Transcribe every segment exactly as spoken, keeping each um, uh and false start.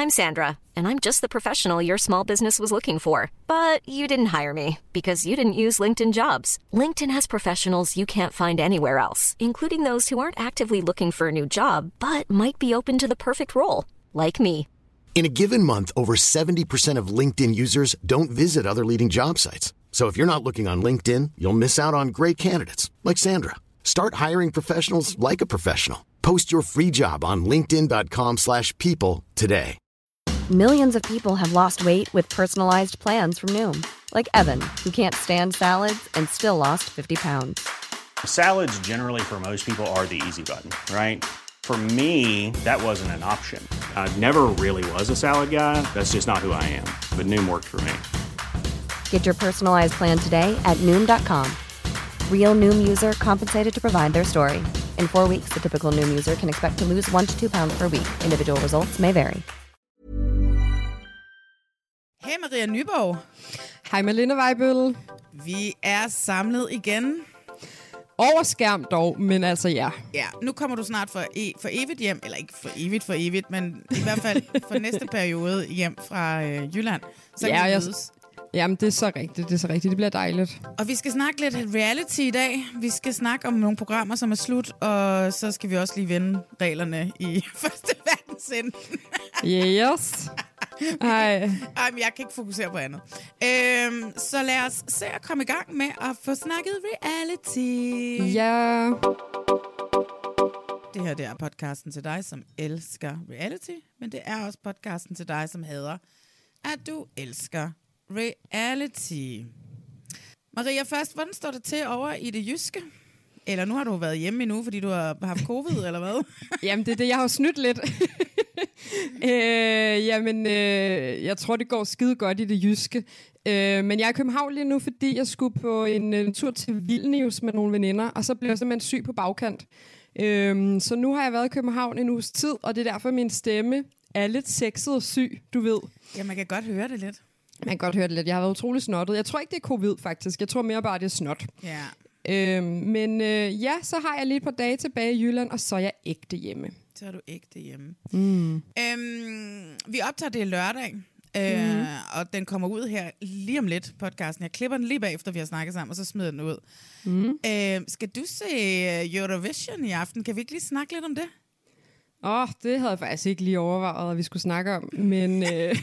I'm Sandra, and I'm just the professional your small business was looking for. But you didn't hire me because you didn't use LinkedIn Jobs. LinkedIn has professionals you can't find anywhere else, including those who aren't actively looking for a new job, but might be open to the perfect role, like me. In a given month, over seventy percent of LinkedIn users don't visit other leading job sites. So if you're not looking on LinkedIn, you'll miss out on great candidates like Sandra. Start hiring professionals like a professional. Post your free job on linkedin dot com slash people today. Millions of people have lost weight with personalized plans from Noom. Like Evan, who can't stand salads and still lost fifty pounds. Salads generally for most people are the easy button, right? For me, that wasn't an option. I never really was a salad guy. That's just not who I am. But Noom worked for me. Get your personalized plan today at Noom dot com. Real Noom user compensated to provide their story. In four weeks, the typical Noom user can expect to lose one to two pounds per week. Individual results may vary. Hej Maria Nyborg. Hej Malene Weibøl. Vi er samlet igen. Over skærm dog, men altså ja. Ja, nu kommer du snart for, e- for evigt hjem, eller ikke for evigt for evigt, men i hvert fald for næste periode hjem fra øh, Jylland. Så ja, kan vi jeg, mødes. Jamen, det er så rigtigt, det er så rigtigt. Det bliver dejligt. Og vi skal snakke lidt reality i dag. Vi skal snakke om nogle programmer, som er slut, og så skal vi også lige vende reglerne i første verdensende. Yes. Ej. Ej, men jeg kan ikke fokusere på andet. Øhm, så lad os se at komme i gang med at få snakket reality. Ja. Det her, det er podcasten til dig, som elsker reality, men det er også podcasten til dig, som hader, at du elsker reality. Maria, først, hvordan står det til over i det jyske? Eller nu har du været hjemme endnu, fordi du har haft covid, eller hvad? Jamen, det er det, jeg har snydt lidt. øh, jamen, øh, jeg tror, det går skide godt i det jyske. Øh, men jeg er i København lige nu, fordi jeg skulle på en, en tur til Vilnius med nogle veninder, og så blev jeg simpelthen syg på bagkant. Øh, så nu har jeg været i København en uges tid, og det er derfor, min stemme er lidt sexet og syg, du ved. Ja, man kan godt høre det lidt. Man kan godt høre det lidt. Jeg har været utrolig snottet. Jeg tror ikke, det er covid, faktisk. Jeg tror mere bare, det er snot. Ja. Øhm, men øh, ja, så har jeg lige et par dage tilbage i Jylland, og så er jeg ægte hjemme. Så er du ægte hjemme. Mm. Øhm, vi optager det lørdag, øh, mm. og den kommer ud her lige om lidt, podcasten. Jeg klipper den lige bagefter, vi har snakket sammen, og så smider den ud. Mm. Øh, skal du se Eurovision i aften? Kan vi ikke lige snakke lidt om det? Åh, oh, det havde jeg faktisk ikke lige overvejet, at vi skulle snakke om, men øh,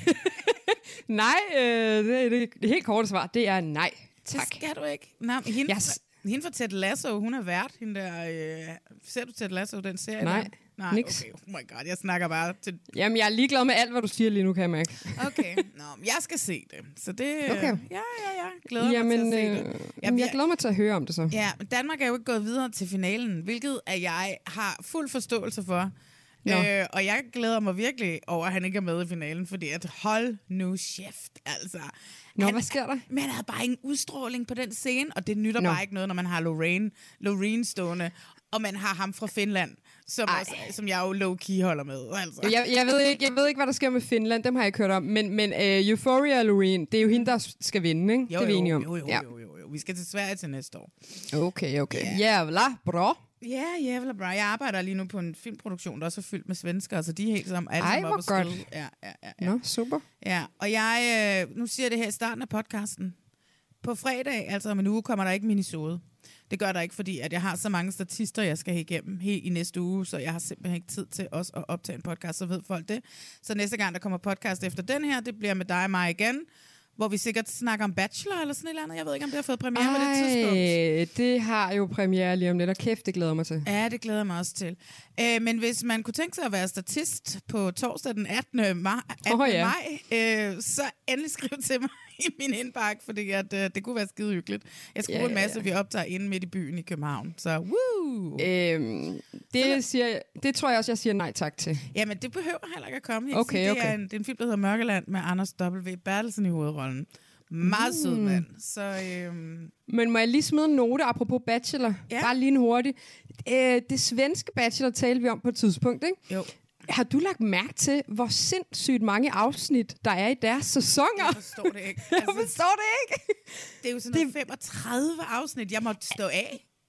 nej, øh, det er det, det helt korte svar, det er nej. Tak. Det skal du ikke. Nej, hende, yes. hende fra Ted Lasso, hun er vært. Hende der, øh, ser du Ted Lasso, den serie? Nej, der? Nej, niks. Okay. Oh my god, jeg snakker bare til... Jamen, jeg er ligeglad med alt, hvad du siger lige nu, kan jeg mærke. Okay, nå, jeg skal se det. Så det... Okay. Ja, ja, ja. Glæder Jamen, mig til at se øh, det. Jamen, jeg glæder mig til at høre om det så. Ja, men Danmark er jo ikke gået videre til finalen, hvilket at jeg har fuld forståelse for. Øh, og jeg glæder mig virkelig over, at han ikke er med i finalen, fordi at hold nu kæft, altså. Nå, han, hvad sker der? Men han havde bare ingen udstråling på den scene, og det nytter Nå. bare ikke noget, når man har Lorraine, Loreen stående, og man har ham fra Finland, som, også, som jeg jo low-key holder med. Altså. Jeg, jeg, ved ikke, jeg ved ikke, hvad der sker med Finland, dem har jeg ikke hørt om, men, men uh, Euphoria og Loreen, det er jo hende, der skal vinde, ikke? Jo, det er vi jo, enige om. jo, jo, ja. jo, jo, jo. Vi skal til Sverige til næste år. Okay, okay. Yeah. Jævla bra. Ja, jævla bra. Jeg arbejder lige nu på en filmproduktion, der også er fyldt med svenskere, så de er helt sammen. Ej, hvor godt. Ja, ja, ja, ja. Nå, super. Ja, og jeg, øh, nu siger jeg det her i starten af podcasten. På fredag, altså om en uge, kommer der ikke minisode. Det gør der ikke, fordi at jeg har så mange statister, jeg skal have igennem helt i næste uge, så jeg har simpelthen ikke tid til også at optage en podcast, så ved folk det. Så næste gang, der kommer podcast efter den her, det bliver med dig og mig igen, hvor vi sikkert snakker om Bachelor eller sådan et eller andet. Jeg ved ikke, om det har fået premiere på det tidspunkt. Det har jo premiere lige om lidt, og kæft, det glæder mig til. Ja, det glæder mig også til. Øh, men hvis man kunne tænke sig at være statist på torsdag den attende maj, attende oh, ja. maj øh, så endelig skriv til mig i min indbakke, fordi at, øh, det kunne være skide hyggeligt. Jeg skal bruge ja, en masse, ja. vi optager inde midt i byen i København. Så woo! Øhm, det, siger, det tror jeg også, jeg siger nej tak til. Jamen, det behøver heller ikke at komme. Jeg okay, sige, okay. Det, er en, det er en film, der hedder Mørkeland med Anders W. Bertelsen i hovedrollen. Meget mm. sød mand. Så, øhm... Men må jeg lige smide en note apropos Bachelor? Ja. Bare lige en hurtig. Øh, det svenske Bachelor talte vi om på et tidspunkt, ikke? Jo. Har du lagt mærke til, hvor sindssygt mange afsnit, der er i deres sæsoner? Jeg forstår det ikke. Altså, jeg forstår det ikke. Det er jo sådan noget femogtredive afsnit, jeg måtte stå af.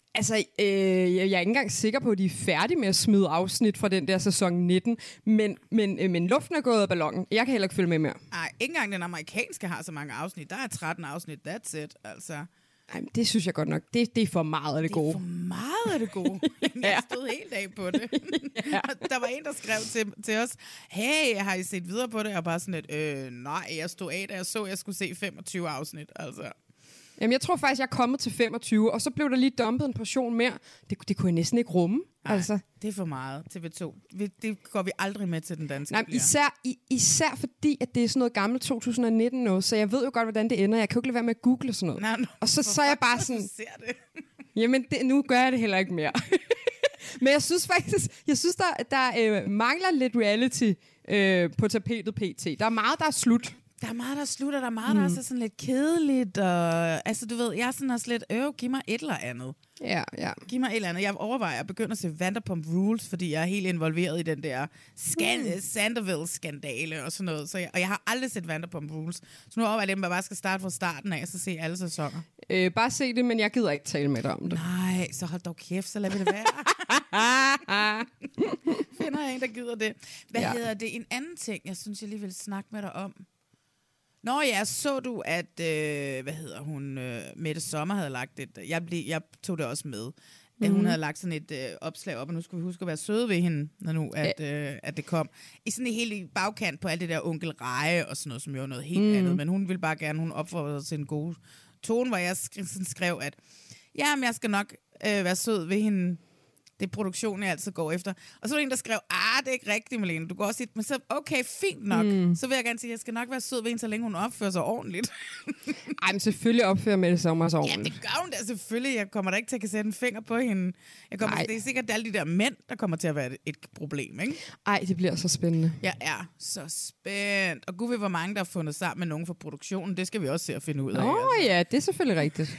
Altså, øh, jeg er ikke engang sikker på, at de er færdige med at smide afsnit fra den der sæson nitten, men, men, øh, men luften er gået af ballonen. Jeg kan heller ikke følge med mere. Nej, ikke engang den amerikanske har så mange afsnit. Der er tretten afsnit, that's it, altså. Ej, det synes jeg godt nok. Det, det er for meget af det, det gode. Det er for meget af det gode. Jeg stod helt af på det. Ja. Der var en, der skrev til, til os, hey, har I set videre på det? Og bare sådan lidt, øh, nej, jeg stod af, da jeg så, at jeg skulle se femogtyve afsnit, altså. Jamen, jeg tror faktisk, jeg er kommet til femogtyve, og så blev der lige dumpet en portion mere. Det, det kunne jeg næsten ikke rumme. Nej, altså. Det er for meget. T V to. Det går vi aldrig med til den danske. Nej, især, især fordi, at det er sådan noget gammelt to tusind nitten noget, så jeg ved jo godt, hvordan det ender. Jeg kan jo ikke lade være med at google sådan noget. Nej, no, og så, så er jeg bare sådan... ser det. Jamen, det, nu gør jeg det heller ikke mere. Men jeg synes faktisk, jeg synes, der, der øh, mangler lidt reality øh, på tapetet P T. Der er meget, der er slut. Der er meget, der slutter. Der er meget, mm. der er sådan lidt kedeligt. Og, altså, du ved, jeg er sådan også lidt, øh, giv mig et eller andet. Ja, ja. Giv mig et eller andet. Jeg overvejer at begynde at se Vanderpump Rules, fordi jeg er helt involveret i den der scan- mm. Sanderville-skandale og sådan noget. Så jeg, og jeg har aldrig set Vanderpump Rules. Så nu overvejer jeg, at jeg bare skal starte fra starten af, og så se alle sæsoner. Øh, bare se det, men jeg gider ikke tale med dig om det. Nej, så hold dog kæft, så lad vi det være. Finder jeg en, der gider det. Hvad ja. hedder det? En anden ting, jeg synes, jeg lige vil snakke med dig om. Nå ja, så du, at, øh, hvad hedder hun, øh, Mette Sommer havde lagt et, jeg, blev, jeg tog det også med, mm. at hun havde lagt sådan et øh, opslag op, og nu skulle vi huske at være søde ved hende, når nu, at, øh, at det kom. I sådan en helt bagkant på alt det der onkel Reje og sådan noget, som jo er noget helt mm. andet, men hun ville bare gerne, hun opfordrede til en god tone, hvor jeg sk- skrev, at jamen, jeg skal nok øh, være sød ved hende. Det er produktionen, jeg altid går efter. Og så var der en, der skrev, ah, det er ikke rigtigt, Malene. Du går også lidt, men så, okay, fint nok. Mm. Så vil jeg gerne sige, at jeg skal nok være sød ved hende, så længe hun opfører sig ordentligt. Ej, men selvfølgelig opfører Mette Sommer sig ordentligt. Ja, det gør hun da selvfølgelig. Jeg kommer da ikke til at kan sætte en finger på hende. Jeg kommer, det er sikkert det er alle de der mænd, der kommer til at være et, et problem, ikke? Ej, det bliver så spændende. Jeg er så spændt. Og gud ved, hvor mange, der har fundet sammen med nogen fra produktionen. Det skal vi også se at finde ud af. Åh oh, altså. Ja, det er selvfølgelig rigtigt.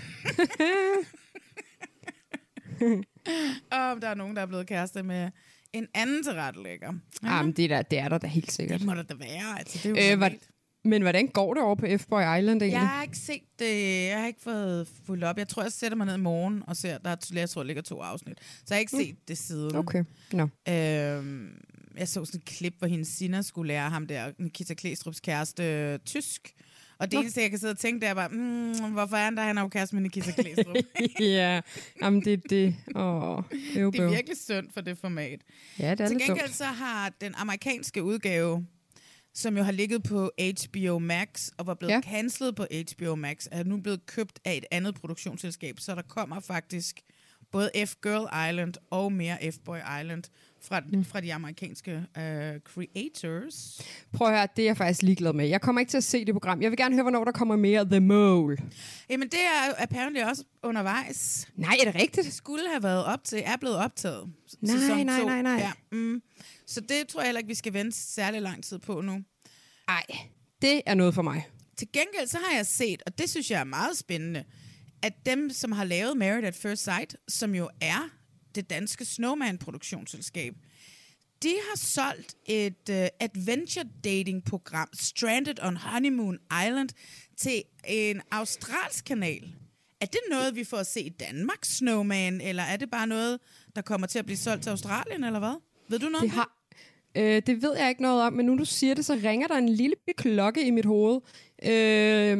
Og der er nogen, der er blevet kæreste med en anden tilrettelægger. Ja, ja men det, der, det er der da helt sikkert. Det må der da være. Altså, det er jo øh, var, men hvordan går det over på F-Boy Island egentlig? Jeg har ikke set det. Jeg har ikke fået fuldt op. Jeg tror, jeg sætter mig ned i morgen og ser, der er, jeg tror, der ligger to afsnit. Så jeg har ikke set mm. det siden. Okay, no. øhm, Jeg så sådan et klip, hvor hendes Sina skulle lære ham der, Nikita Klæstrups kæreste, tysk. Og det Nå. eneste, jeg kan sidde og tænke, det er bare, mm, hvorfor er han der, han er jo kæreste med Nikita Klæstrup? Ja, jamen det er det. Åh, det, er det er virkelig synd for det format. Ja, det er Til lidt gengæld dumt. så har den amerikanske udgave, som jo har ligget på H B O Max, og var blevet ja. cancelet på H B O Max, er nu blevet købt af et andet produktionsselskab, så der kommer faktisk både F-Girl Island og mere F-Boy Island fra, mm. fra de amerikanske uh, creators. Prøv at høre, det er jeg faktisk ligeglad med. Jeg kommer ikke til at se det program. Jeg vil gerne høre, hvornår der kommer mere The Mole. Jamen, det er apparently også undervejs. Nej, er det rigtigt? Det skulle have været op til, er blevet optaget. Nej, sæson nej, to. nej, nej. Ja, mm. Så det tror jeg heller ikke, vi skal vente særlig lang tid på nu. Ej, det er noget for mig. Til gengæld så har jeg set, og det synes jeg er meget spændende, at dem, som har lavet Married at First Sight, som jo er det danske Snowman-produktionsselskab, de har solgt et uh, adventure dating-program, Stranded on Honeymoon Island, til en australsk kanal. Er det noget, vi får at se i Danmark, Snowman, eller er det bare noget, der kommer til at blive solgt til Australien, eller hvad? Ved du noget det har, øh, det ved jeg ikke noget om, men nu du siger det, så ringer der en lille klokke i mit hoved. Øh,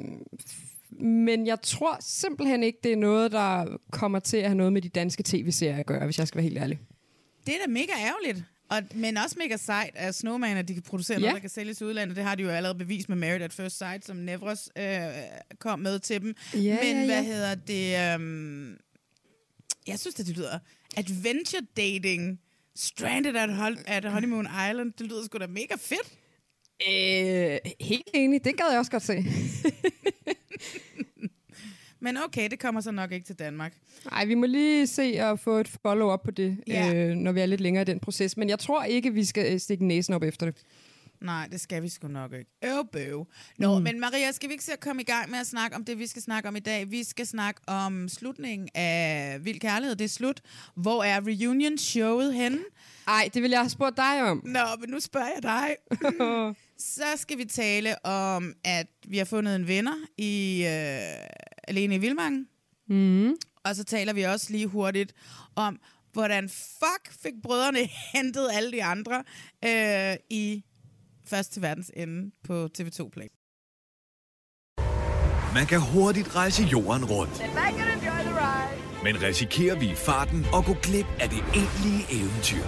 Men jeg tror simpelthen ikke, det er noget, der kommer til at have noget med de danske tv-serier at gøre, hvis jeg skal være helt ærlig. Det er da mega ærgerligt. Og, men også mega sejt af Snowman, at de kan producere ja. noget, der kan sælges i udlandet. Det har de jo allerede bevist med Married at First Sight, som Nevros øh, kom med til dem. Ja, men ja, hvad ja. hedder det? Um, jeg synes, det lyder adventure dating, Stranded at, Hol- at Honeymoon Island. Det lyder sgu da mega fedt. Øh, helt enig. Det gad jeg også godt se. Men okay, det kommer så nok ikke til Danmark. Nej, vi må lige se og få et follow-up på det, ja. øh, når vi er lidt længere i den proces. Men jeg tror ikke, vi skal stikke næsen op efter det. Nej, det skal vi sgu nok ikke. Øv, bøv. Nå, mm. men Maria, skal vi ikke se at komme i gang med at snakke om det, vi skal snakke om i dag? Vi skal snakke om slutningen af Vild Kærlighed. Det er slut. Hvor er reunion-showet henne? Ej, det vil jeg have spurgt dig om. Nå, men nu spørger jeg dig. Så skal vi tale om, at vi har fundet en vinder i øh, Alene i Vildmarken. Mm. Og så taler vi også lige hurtigt om, hvordan fuck fik brødrene hentet alle de andre øh, i Først til verdens ende på T V to Play. Man kan hurtigt rejse jorden rundt. Men risikerer vi i farten at gå glip af det egentlige eventyr?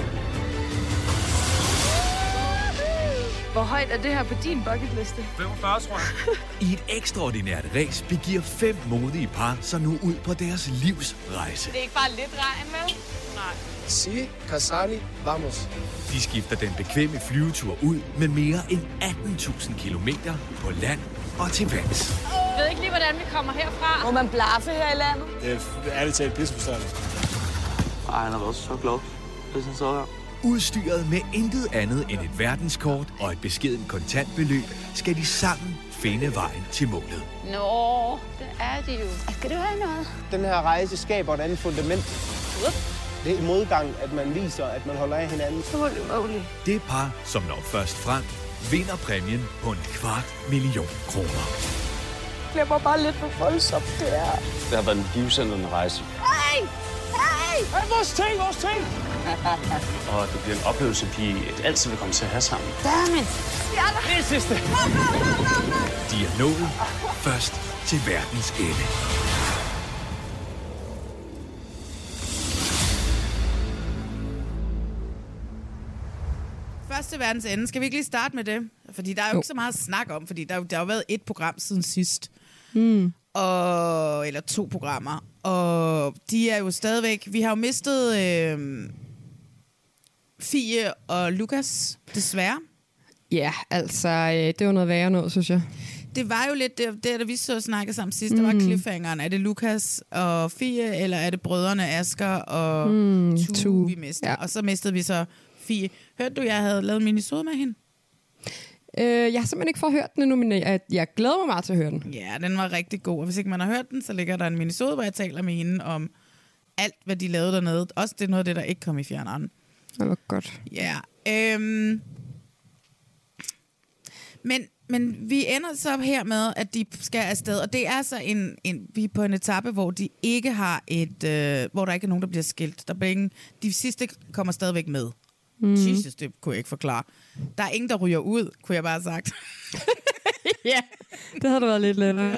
Hvor højt er det her på din bucketliste? femogfyrre, tror jeg. I et ekstraordinært race begiver fem modige par sig nu ud på deres livs rejse. Det er ikke bare lidt regn, vel? Nej. Si, Casani, vamos. De skifter den bekvemme flyvetur ud med mere end atten tusind kilometer på land og til vands. Jeg ved ikke lige, hvordan vi kommer herfra. Må man blaffe her i landet? Det er ærligt talt pissebestående. Ej, han har været så glad. Det er sådan så her. Udstyret med intet andet end et verdenskort og et beskedent kontantbeløb, skal de sammen finde vejen til målet. Nå, det er det jo. Skal du have noget? Den her rejse skaber et andet fundament. Det er i modgang, at man viser, at man holder af hinanden. Holy. Det par, som når først frem, vinder præmien på en kvart million kroner. Det var bare lidt for voldsomt, det er. Det har været en livsændrende rejse. Hey! Hey! Hey, vores ting, vores ting! Og det bliver en oplevelse, vi altid vil komme til at have sammen. Dammit! Det er sidste. De er nået først til verdens ende. Først til verdens ende. Skal vi ikke lige starte med det? Fordi der er jo, jo. ikke så meget at snakke om, fordi der, der har jo været et program siden sidst. Mm. Og, eller to programmer. Og de er jo stadigvæk... Vi har jo mistet øh, Fie og Lukas, desværre. Ja, altså, øh, det var noget værre noget, synes jeg. Det var jo lidt det, det der vi så snakkede sammen sidst. Mm. Der var cliffhangeren. Er det Lukas og Fie, eller er det brødrene Asger og mm, Tue, Tue, vi mistede? Ja. Og så mistede vi så Fie. Hørte du, jeg havde lavet en minisode med hende? Øh, jeg har simpelthen ikke fået hørt den endnu, men jeg, jeg glæder mig meget til at høre den. Ja, den var rigtig god. Og hvis ikke man har hørt den, så ligger der en minisode, hvor jeg taler med hende om alt, hvad de lavede dernede. Også det er noget af det, der ikke kom i fjerneren. Det var godt. Ja. Øhm, men, men vi ender så her med, at de skal afsted. Og det er så en, en vi er på en etape, hvor de ikke har et, øh, hvor der ikke er nogen, der bliver skilt. Der bliver ingen, de sidste kommer stadigvæk med. Mm. Jesus, det kunne jeg ikke forklare. Der er ingen, der ryger ud, kunne jeg bare have sagt. Ja, det havde været lidt lettere.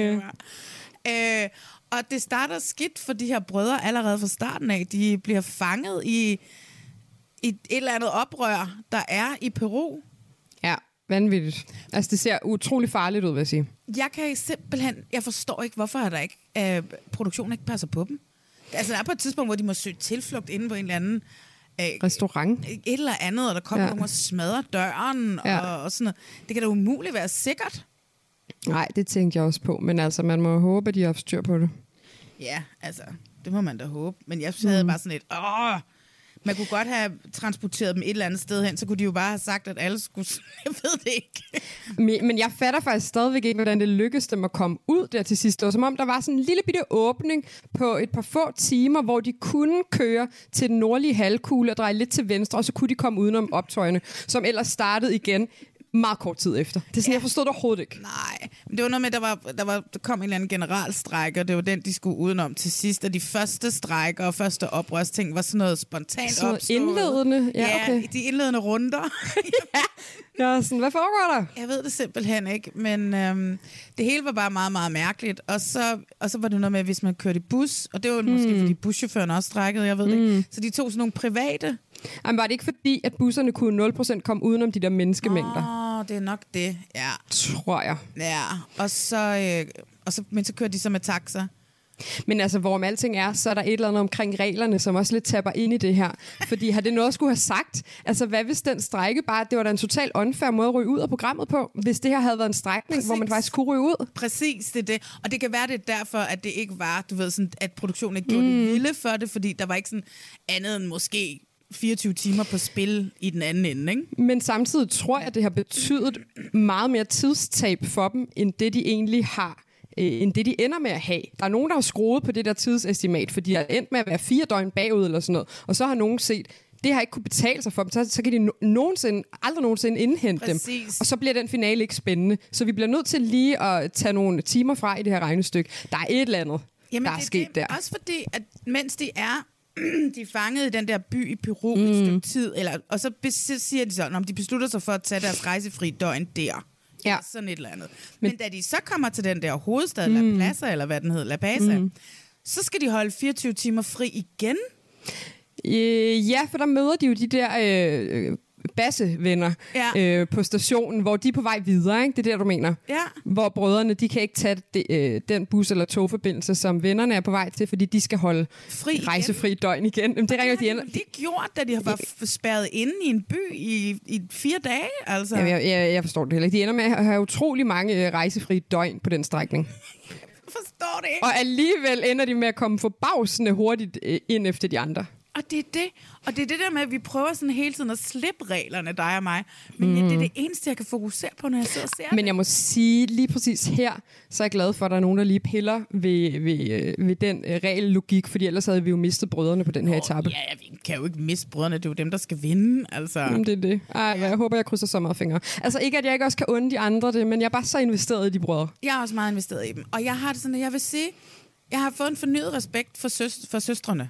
øh, og det starter skidt for de her brødre allerede fra starten af. De bliver fanget i, i et eller andet oprør, der er i Peru. Ja, vanvittigt. Altså, det ser utrolig farligt ud, vil jeg sige. Jeg kan simpelthen... Jeg forstår ikke, hvorfor er der ikke, øh, produktionen ikke passer på dem. Altså, der er på et tidspunkt, hvor de må søge tilflugt inde på en eller anden... restaurant. Et eller andet, og der kommer ja. nogen og smadrer døren ja. og, og sådan noget. Det kan da umuligt være sikkert. Nej, det tænkte jeg også på, men altså, man må håbe, at de har styr på det. Ja, altså, det må man da håbe. Men jeg havde mm. bare sådan et, åh, man kunne godt have transporteret dem et eller andet sted hen, så kunne de jo bare have sagt, at alle skulle... Jeg ved det ikke. Men, men jeg fatter faktisk stadigvæk ikke, hvordan det lykkedes dem at komme ud der til sidst. Det var som om, der var sådan en lille bitte åbning på et par få timer, hvor de kunne køre til den nordlige halvkugle og dreje lidt til venstre, og så kunne de komme udenom optøjene, som ellers startede igen meget kort tid efter. Det er sådan, ja. Jeg forstod det overhovedet ikke. Nej, men det var noget med, der var, der var der kom en eller anden generalstrejke, og det var den, de skulle udenom til sidst. Og de første strejker og første oprørsting var sådan noget spontant sådan noget opstået. Indledende? Ja, ja okay. De indledende runder. Ja. Ja, sådan, hvad foregår der? Jeg ved det simpelthen ikke, men øhm, det hele var bare meget, meget mærkeligt. Og så, og så var det noget med, hvis man kørte i bus, og det var mm. måske, fordi buschaufføren også strækkede, jeg ved det ikke. Så de tog sådan nogle private. Jamen, var det ikke fordi, at busserne kunne nul procent komme udenom de der menneskemængder? Åh, oh, det er nok det, ja. Tror jeg. Ja, og så, øh, og så, men så kørte de så med taxa. Men altså, hvorom alting er, så er der et eller andet omkring reglerne, som også lidt tapper ind i det her. Fordi har det noget at skulle have sagt? Altså, hvad hvis den strejke bare, det var da en total unfair måde at ryge ud af programmet på, hvis det her havde været en strejkning, Præcis. Hvor man faktisk kunne ryge ud? Præcis, det er det. Og det kan være, det er derfor, at det ikke var, du ved, sådan, at produktionen ikke gjorde mm. det vilde for det, fordi der var ikke sådan andet end måske fireogtyve timer på spil i den anden ende, ikke? Men samtidig tror jeg, at det har betydet meget mere tidstab for dem, end det de egentlig har. End det, de ender med at have. Der er nogen, der har skruet på det der tidsestimat, fordi de har endt med at være fire døgn bagud eller sådan noget. Og så har nogen set, det har ikke kunne betale sig for dem. Så, så kan de no- nogensinde, aldrig nogensinde indhente Præcis. Dem. Og så bliver den finale ikke spændende. Så vi bliver nødt til lige at tage nogle timer fra i det her regnestykke. Der er et eller andet. Jamen, der er det, sket det, der. Også fordi, at mens de er, de er fanget i den der by i Peru mm. et stykke tid, eller, og så, så siger de sådan, om de beslutter sig for at tage deres rejsefri døgn der. Ja. Sådan et eller andet. Men, Men da de så kommer til den der hovedstad, mm. La Plaza, eller hvad den hedder, La Pasa, mm. så skal de holde fireogtyve timer fri igen. Øh, ja, for der møder de jo de der øh, bassevenner ja. øh, på stationen, hvor de er på vej videre, ikke? Det er der, du mener. Ja. Hvor brødrene, de kan ikke tage de, øh, den bus- eller togforbindelse, som vennerne er på vej til, fordi de skal holde fri rejsefri igen. døgn igen. Jamen, det, det har de, de gjort, da de har været spærret inde i en by i, i fire dage, altså. Jamen, jeg, jeg, jeg forstår det heller ikke. De ender med at have utrolig mange øh, rejsefri døgn på den strækning. Forstår det ikke. Og alligevel ender de med at komme forbavsende hurtigt øh, ind efter de andre. Og det er det. Og det er det der med, at vi prøver sådan hele tiden at slippe reglerne, dig og mig. Men mm. ja, det er det eneste, jeg kan fokusere på, når jeg sidder og ser Men jeg må sige, lige præcis her, så er jeg glad for, at der er nogen, der lige piller ved, ved, ved den øh, regellogik, fordi ellers havde vi jo mistet brødrene på den her oh, etape. Ja, ja, vi kan jo ikke miste brødrene. Det er jo dem, der skal vinde, altså. Jamen, det er det. Ej, ja. Jeg håber, jeg krydser så meget fingre. Altså ikke, at jeg ikke også kan unde de andre det, men jeg er bare så investeret i de brødre. Jeg er også meget investeret i dem. Og jeg har det sådan, at jeg vil sige, jeg har fået en fornyet respekt for, søs- for søstrene.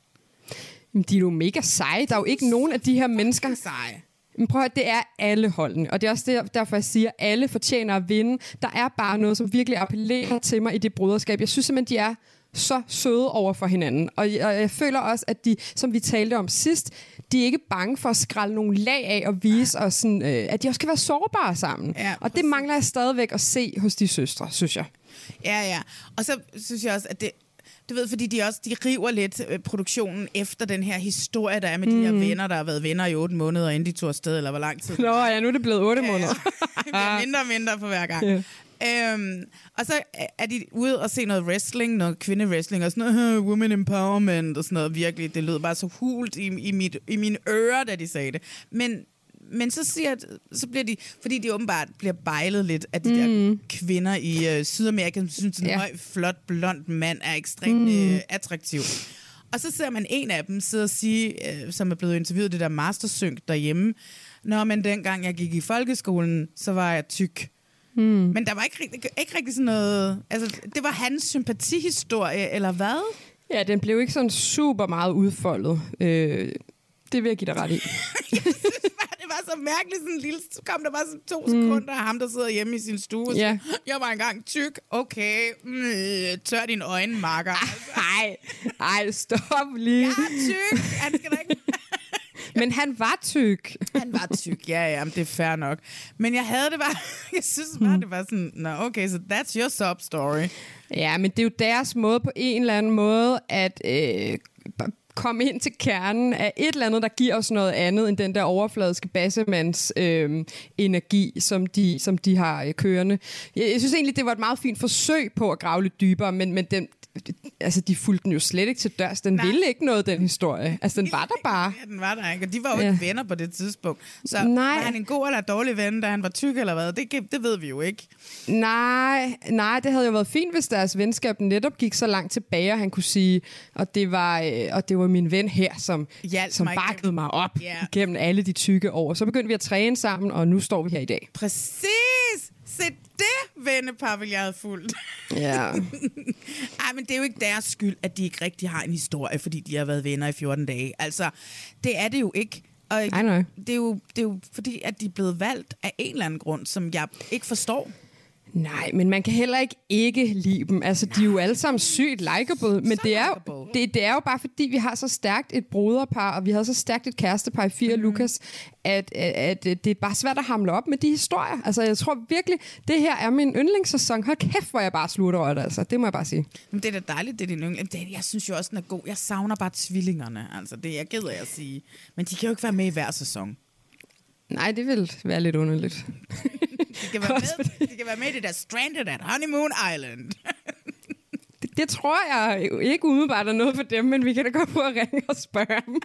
De er jo mega seje. Der er jo ikke nogen af de her mennesker... Seje. Men prøv at det er alle holdene. Og det er også der, derfor, jeg siger, at alle fortjener at vinde. Der er bare noget, som virkelig appellerer til mig i det broderskab. Jeg synes simpelthen, de er så søde over for hinanden. Og jeg, og jeg føler også, at de, som vi talte om sidst, de er ikke bange for at skrælle nogle lag af og vise os, sådan, øh, at de også kan være sårbare sammen. Ja, og det mangler jeg stadigvæk at se hos de søstre, synes jeg. Ja, ja. Og så synes jeg også, at det... Du ved, fordi de også de river lidt øh, produktionen efter den her historie, der er med mm. de her venner, der har været venner i otte måneder, inden de tog afsted, eller hvor lang tid. Nå ja, nu er det blevet otte ja, måneder. Det bliver mindre og mindre for hver gang. Yeah. Øhm, og så er de ude og se noget wrestling, noget kvindewrestling, og sådan noget uh, women empowerment, og sådan noget virkelig. Det lød bare så hult i, i, mit, i mine ører, da de sagde det. Men... Men så siger så bliver de, fordi de åbenbart bliver bejlet lidt af de mm. der kvinder i øh, Sydamerika, som synes, at en ja. høj, flot, blond mand er ekstremt mm. øh, attraktiv. Og så ser man en af dem sidde og sige, øh, som er blevet interviewet, det der mastersynk derhjemme, nå, men dengang jeg gik i folkeskolen, så var jeg tyk. Mm. Men der var ikke, ikke, ikke rigtig sådan noget... Altså, det var hans sympatihistorie, eller hvad? Ja, den blev ikke sådan super meget udfoldet. Øh, det vil jeg give dig ret i. Det var så mærkeligt, sådan en lille... Så kom der bare sådan to mm. sekunder af ham, der sidder hjemme i sin stue. Og yeah. så, jeg var engang tyk. Okay, mm, tør dine øjne, makker. Nej, ej, stop lige. Jeg er tyk. Han skal da ikke... Men han var tyk. Han var tyk, ja, ja, men det er fair nok. Men jeg havde det bare... Jeg synes bare, det var sådan... Nå, okay, så that's your sob story. Ja, men det er jo deres måde på en eller anden måde at... Øh, komme ind til kernen af et eller andet, der giver os noget andet end den der overfladiske bassemands øh, energi, som de, som de har øh, kørende. Jeg, jeg synes egentlig, det var et meget fint forsøg på at grave lidt dybere, men, men den, altså, de fulgte den jo slet ikke til dørs. Den Nej. ville ikke noget, den historie. Altså, den var der bare. Ja, den var der ikke, og de var jo ja. ikke venner på det tidspunkt. Så Nej. var han en god eller dårlig ven, da han var tyk eller hvad? Det, det ved vi jo ikke. Nej, nej, det havde jo været fint, hvis deres venskab netop gik så langt tilbage, og han kunne sige, og det var, øh, og det var min ven her, som, som bakkede mig op yeah. gennem alle de tykke år. Så begyndte vi at træne sammen, og nu står vi her i dag. Præcis! Se det, vennepar, vil jeg have fulgt. Ja. Ej, men det er jo ikke deres skyld, at de ikke rigtig har en historie, fordi de har været venner i fjorten dage. Altså, det er det jo ikke. Og det er jo, det er jo fordi, at de er blevet valgt af en eller anden grund, som jeg ikke forstår. Nej, men man kan heller ikke ikke lide dem. Altså, Nej. de er jo alle sammen sygt likeable, men det er, jo, det, det er jo bare fordi, vi har så stærkt et broderpar, og vi havde så stærkt et kærestepar i Fie og mm. Lukas, at, at, at det er bare svært at hamle op med de historier. Altså, jeg tror virkelig, det her er min yndlingssæson. Hold kæft, hvor jeg bare slutter over det, altså. Det må jeg bare sige. Men det er da dejligt, det er din yndling. Jeg synes jo også, den er god. Jeg savner bare tvillingerne. Altså, det er jeg ked af at sige. Men de kan jo ikke være med i hver sæson. Nej, det vil være lidt underligt. De kan være med, de kan være med i det der Stranded at Honeymoon Island. det, det tror jeg ikke umiddelbart er noget for dem, men vi kan da godt prøve at ringe og spørge dem.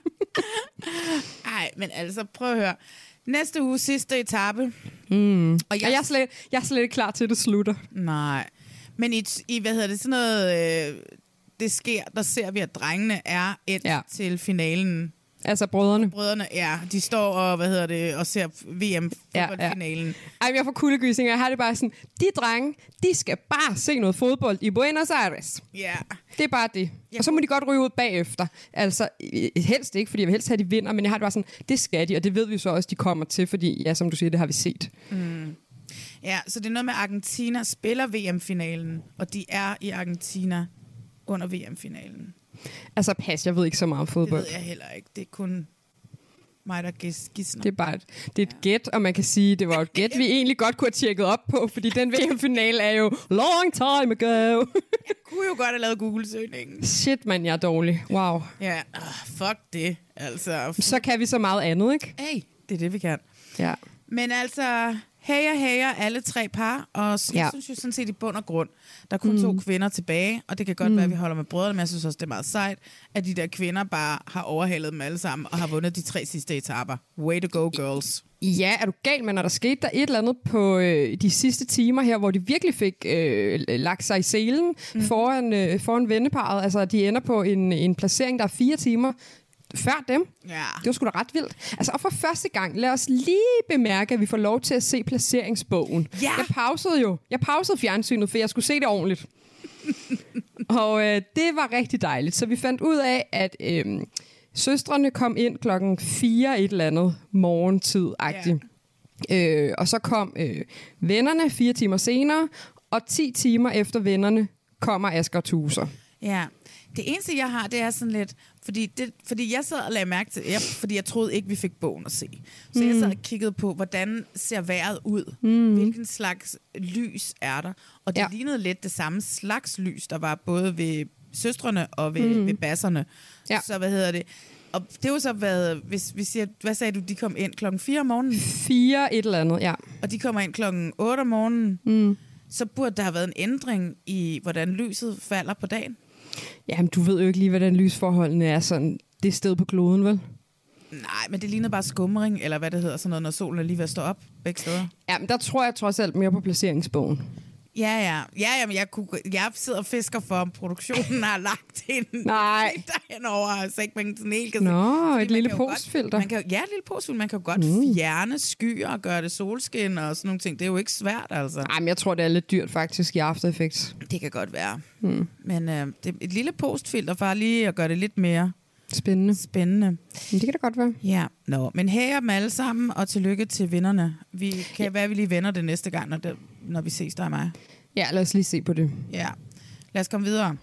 Ej, men altså, prøv at høre. Næste uge, sidste etape. Mm. Og jeg, og jeg, er slet, jeg er slet ikke klar til, at det slutter. Nej. Men i, i hvad hedder det, sådan noget... Øh, det sker, der ser vi, at drengene er et ja. til finalen. Altså brødrene. Brødrene, ja. De står og, hvad hedder det, og ser V M-fodboldfinalen. Ja, ja. Ej, jeg får kuldegysninger. Jeg har det bare sådan, de drenge, de skal bare se noget fodbold i Buenos Aires. Ja. Det er bare det. Ja. Og så må de godt ryge ud bagefter. Altså, helst ikke, fordi jeg vil helst have, de vinder, men jeg har det bare sådan, det skal de, og det ved vi så også, de kommer til, fordi, ja, som du siger, det har vi set. Mm. Ja, så det er noget med, Argentina spiller V M-finalen, og de er i Argentina under V M-finalen. Altså pas, jeg ved ikke så meget om fodbold. Det ved jeg heller ikke. Det er kun mig, der gisner. Det er bare et, det er et gæt, og man kan sige, det var et gæt, vi egentlig godt kunne have tjekket op på, fordi den V M-finale er jo long time ago. Jeg kunne jo godt have lavet Google-søgningen. Shit, man, jeg er dårlig. Wow. Ja, oh, fuck det. Altså. Så kan vi så meget andet, ikke? Hey, det er det, vi kan. Ja. Men altså, hejer, hejer alle tre par, og jeg ja. synes jo sådan set i bund og grund, der er kun mm. to kvinder tilbage, og det kan godt mm. være, at vi holder med brødrene, men jeg synes også, det er meget sejt, at de der kvinder bare har overhalet dem alle sammen, og har vundet de tre sidste etaper. Way to go, girls. Ja, er du gal, men når der skete der et eller andet på øh, de sidste timer her, hvor de virkelig fik øh, lagt sig i selen mm. foran, øh, foran venneparet, altså de ender på en, en placering, der er fire timer før dem. Ja. Det var sgu da ret vildt. Altså, og for første gang, lad os lige bemærke, at vi får lov til at se placeringsbogen. Ja. Jeg pausede jo. Jeg pausede fjernsynet, for jeg skulle se det ordentligt. Og øh, det var rigtig dejligt. Så vi fandt ud af, at øh, søstrene kom ind klokken fire et eller andet morgentid-agtigt. Ja. Øh, og så kom øh, vennerne fire timer senere, og ti timer efter vennerne kommer Asger og Tuser. Ja. Det eneste, jeg har, det er sådan lidt... Fordi, det, fordi jeg sad og lagde mærke til... Jeg, fordi jeg troede ikke, vi fik bogen at se. Så mm. jeg sad og kiggede på, hvordan ser vejret ud? Mm. Hvilken slags lys er der? Og det ja. lignede lidt det samme slags lys, der var både ved søstrene og ved, mm. ved basserne. Ja. Så hvad hedder det? Og det var så været... Hvis vi siger, hvad sagde du, de kom ind klokken fire om morgenen? Fire et eller andet, ja. Og de kommer ind klokken otte om morgenen. Mm. Så burde der have været en ændring i, hvordan lyset falder på dagen. Jamen, du ved jo ikke lige, hvordan lysforholdene er sådan det sted på kloden, vel? Nej, men det ligner bare skumring, eller hvad det hedder, sådan noget, når solen er lige ved at stå op begge steder. Jamen, der tror jeg trods alt mere på placeringsbogen. Ja, ja. Ja, jamen, jeg, kunne, jeg sidder og fisker for, om produktionen har lagt en Nej. derhenover, så ikke man sådan helt kan Nå, et lille postfilter. Man kan, ja, et lille postfilter. Man kan jo godt mm. fjerne skyer og gøre det solskin og sådan nogle ting. Det er jo ikke svært, altså. Nej, men jeg tror, det er lidt dyrt faktisk i After Effects. Det kan godt være. Mm. Men øh, det er et lille postfilter for lige at gøre det lidt mere spændende. Spændende. Men det kan da godt være. Ja, nå. Men her dem alle sammen, og tillykke til vinderne. Vi kan ja. være, vi lige vender det næste gang, når, det, når vi ses der og mig. Ja, lad os lige se på det. Ja. Lad os komme videre.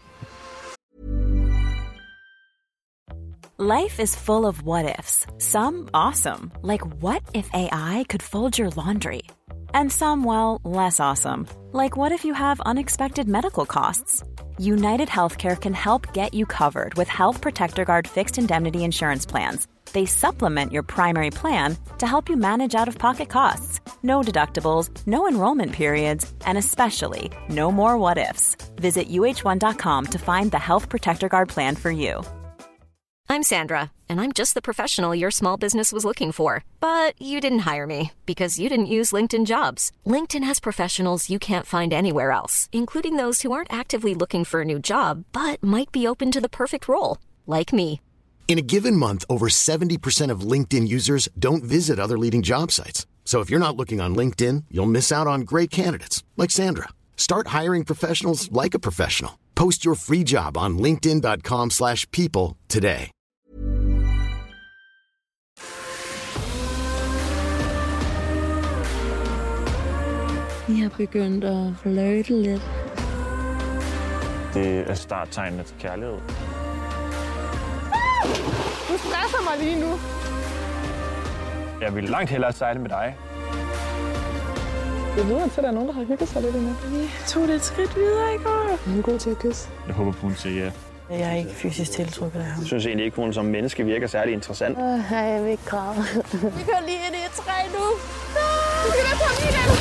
Life is full of what-ifs. Some awesome, like what if A I could fold your laundry? And some, well, less awesome, like what if you have unexpected medical costs? United Healthcare can help get you covered with Health Protector Guard fixed indemnity insurance plans. They supplement your primary plan to help you manage out-of-pocket costs. No deductibles, no enrollment periods, and especially no more what-ifs. Visit U H one dot com to find the Health Protector Guard plan for you. I'm Sandra, and I'm just the professional your small business was looking for. But you didn't hire me because you didn't use LinkedIn Jobs. LinkedIn has professionals you can't find anywhere else, including those who aren't actively looking for a new job, but might be open to the perfect role, like me. In a given month, over seventy percent of LinkedIn users don't visit other leading job sites. So if you're not looking on LinkedIn, you'll miss out on great candidates like Sandra. Start hiring professionals like a professional. Post your free job on linkedin dot com slash people today. Jeg har begyndt at flirte lidt. Det er starttegnet til kærlighed. Du stresser mig lige nu. Jeg vil langt hellere sejle med dig. Det lyder til, at der er nogen, der har hygget sig lidt endnu. Vi tog det et skridt videre i går. Hun er god til at kysse. Jeg håber på, hun siger ja. Jeg er ikke fysisk tiltrukket af ham. Jeg synes egentlig ikke, hun som menneske virker særlig interessant. Uh, jeg vil ikke græde. Vi kører lige ind i et træ nu. Du kan da komme lige den.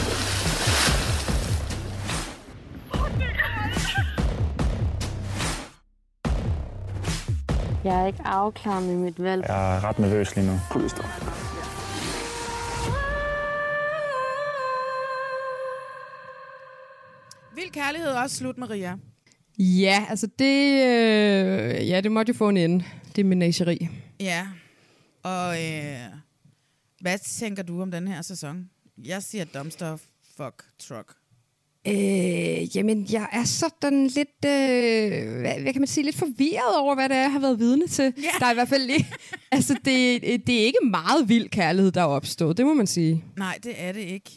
Jeg er ikke afklaret med mit valg. Jeg er ret nervøs lige nu. Puls dig. Vild kærlighed også slut, Maria. Ja, altså det, øh, ja, det måtte jo få en ende. Det er menageri. Ja. Og øh, hvad tænker du om den her sæson? Jeg siger dumpster fuck truck. Øh, jamen, jeg er sådan lidt, øh, hvad, hvad kan man sige, lidt forvirret over, hvad det er, jeg har været vidne til. Yeah. Der er i hvert fald ikke, altså det, det er ikke meget vild kærlighed, der er opstået, det må man sige. Nej, det er det ikke.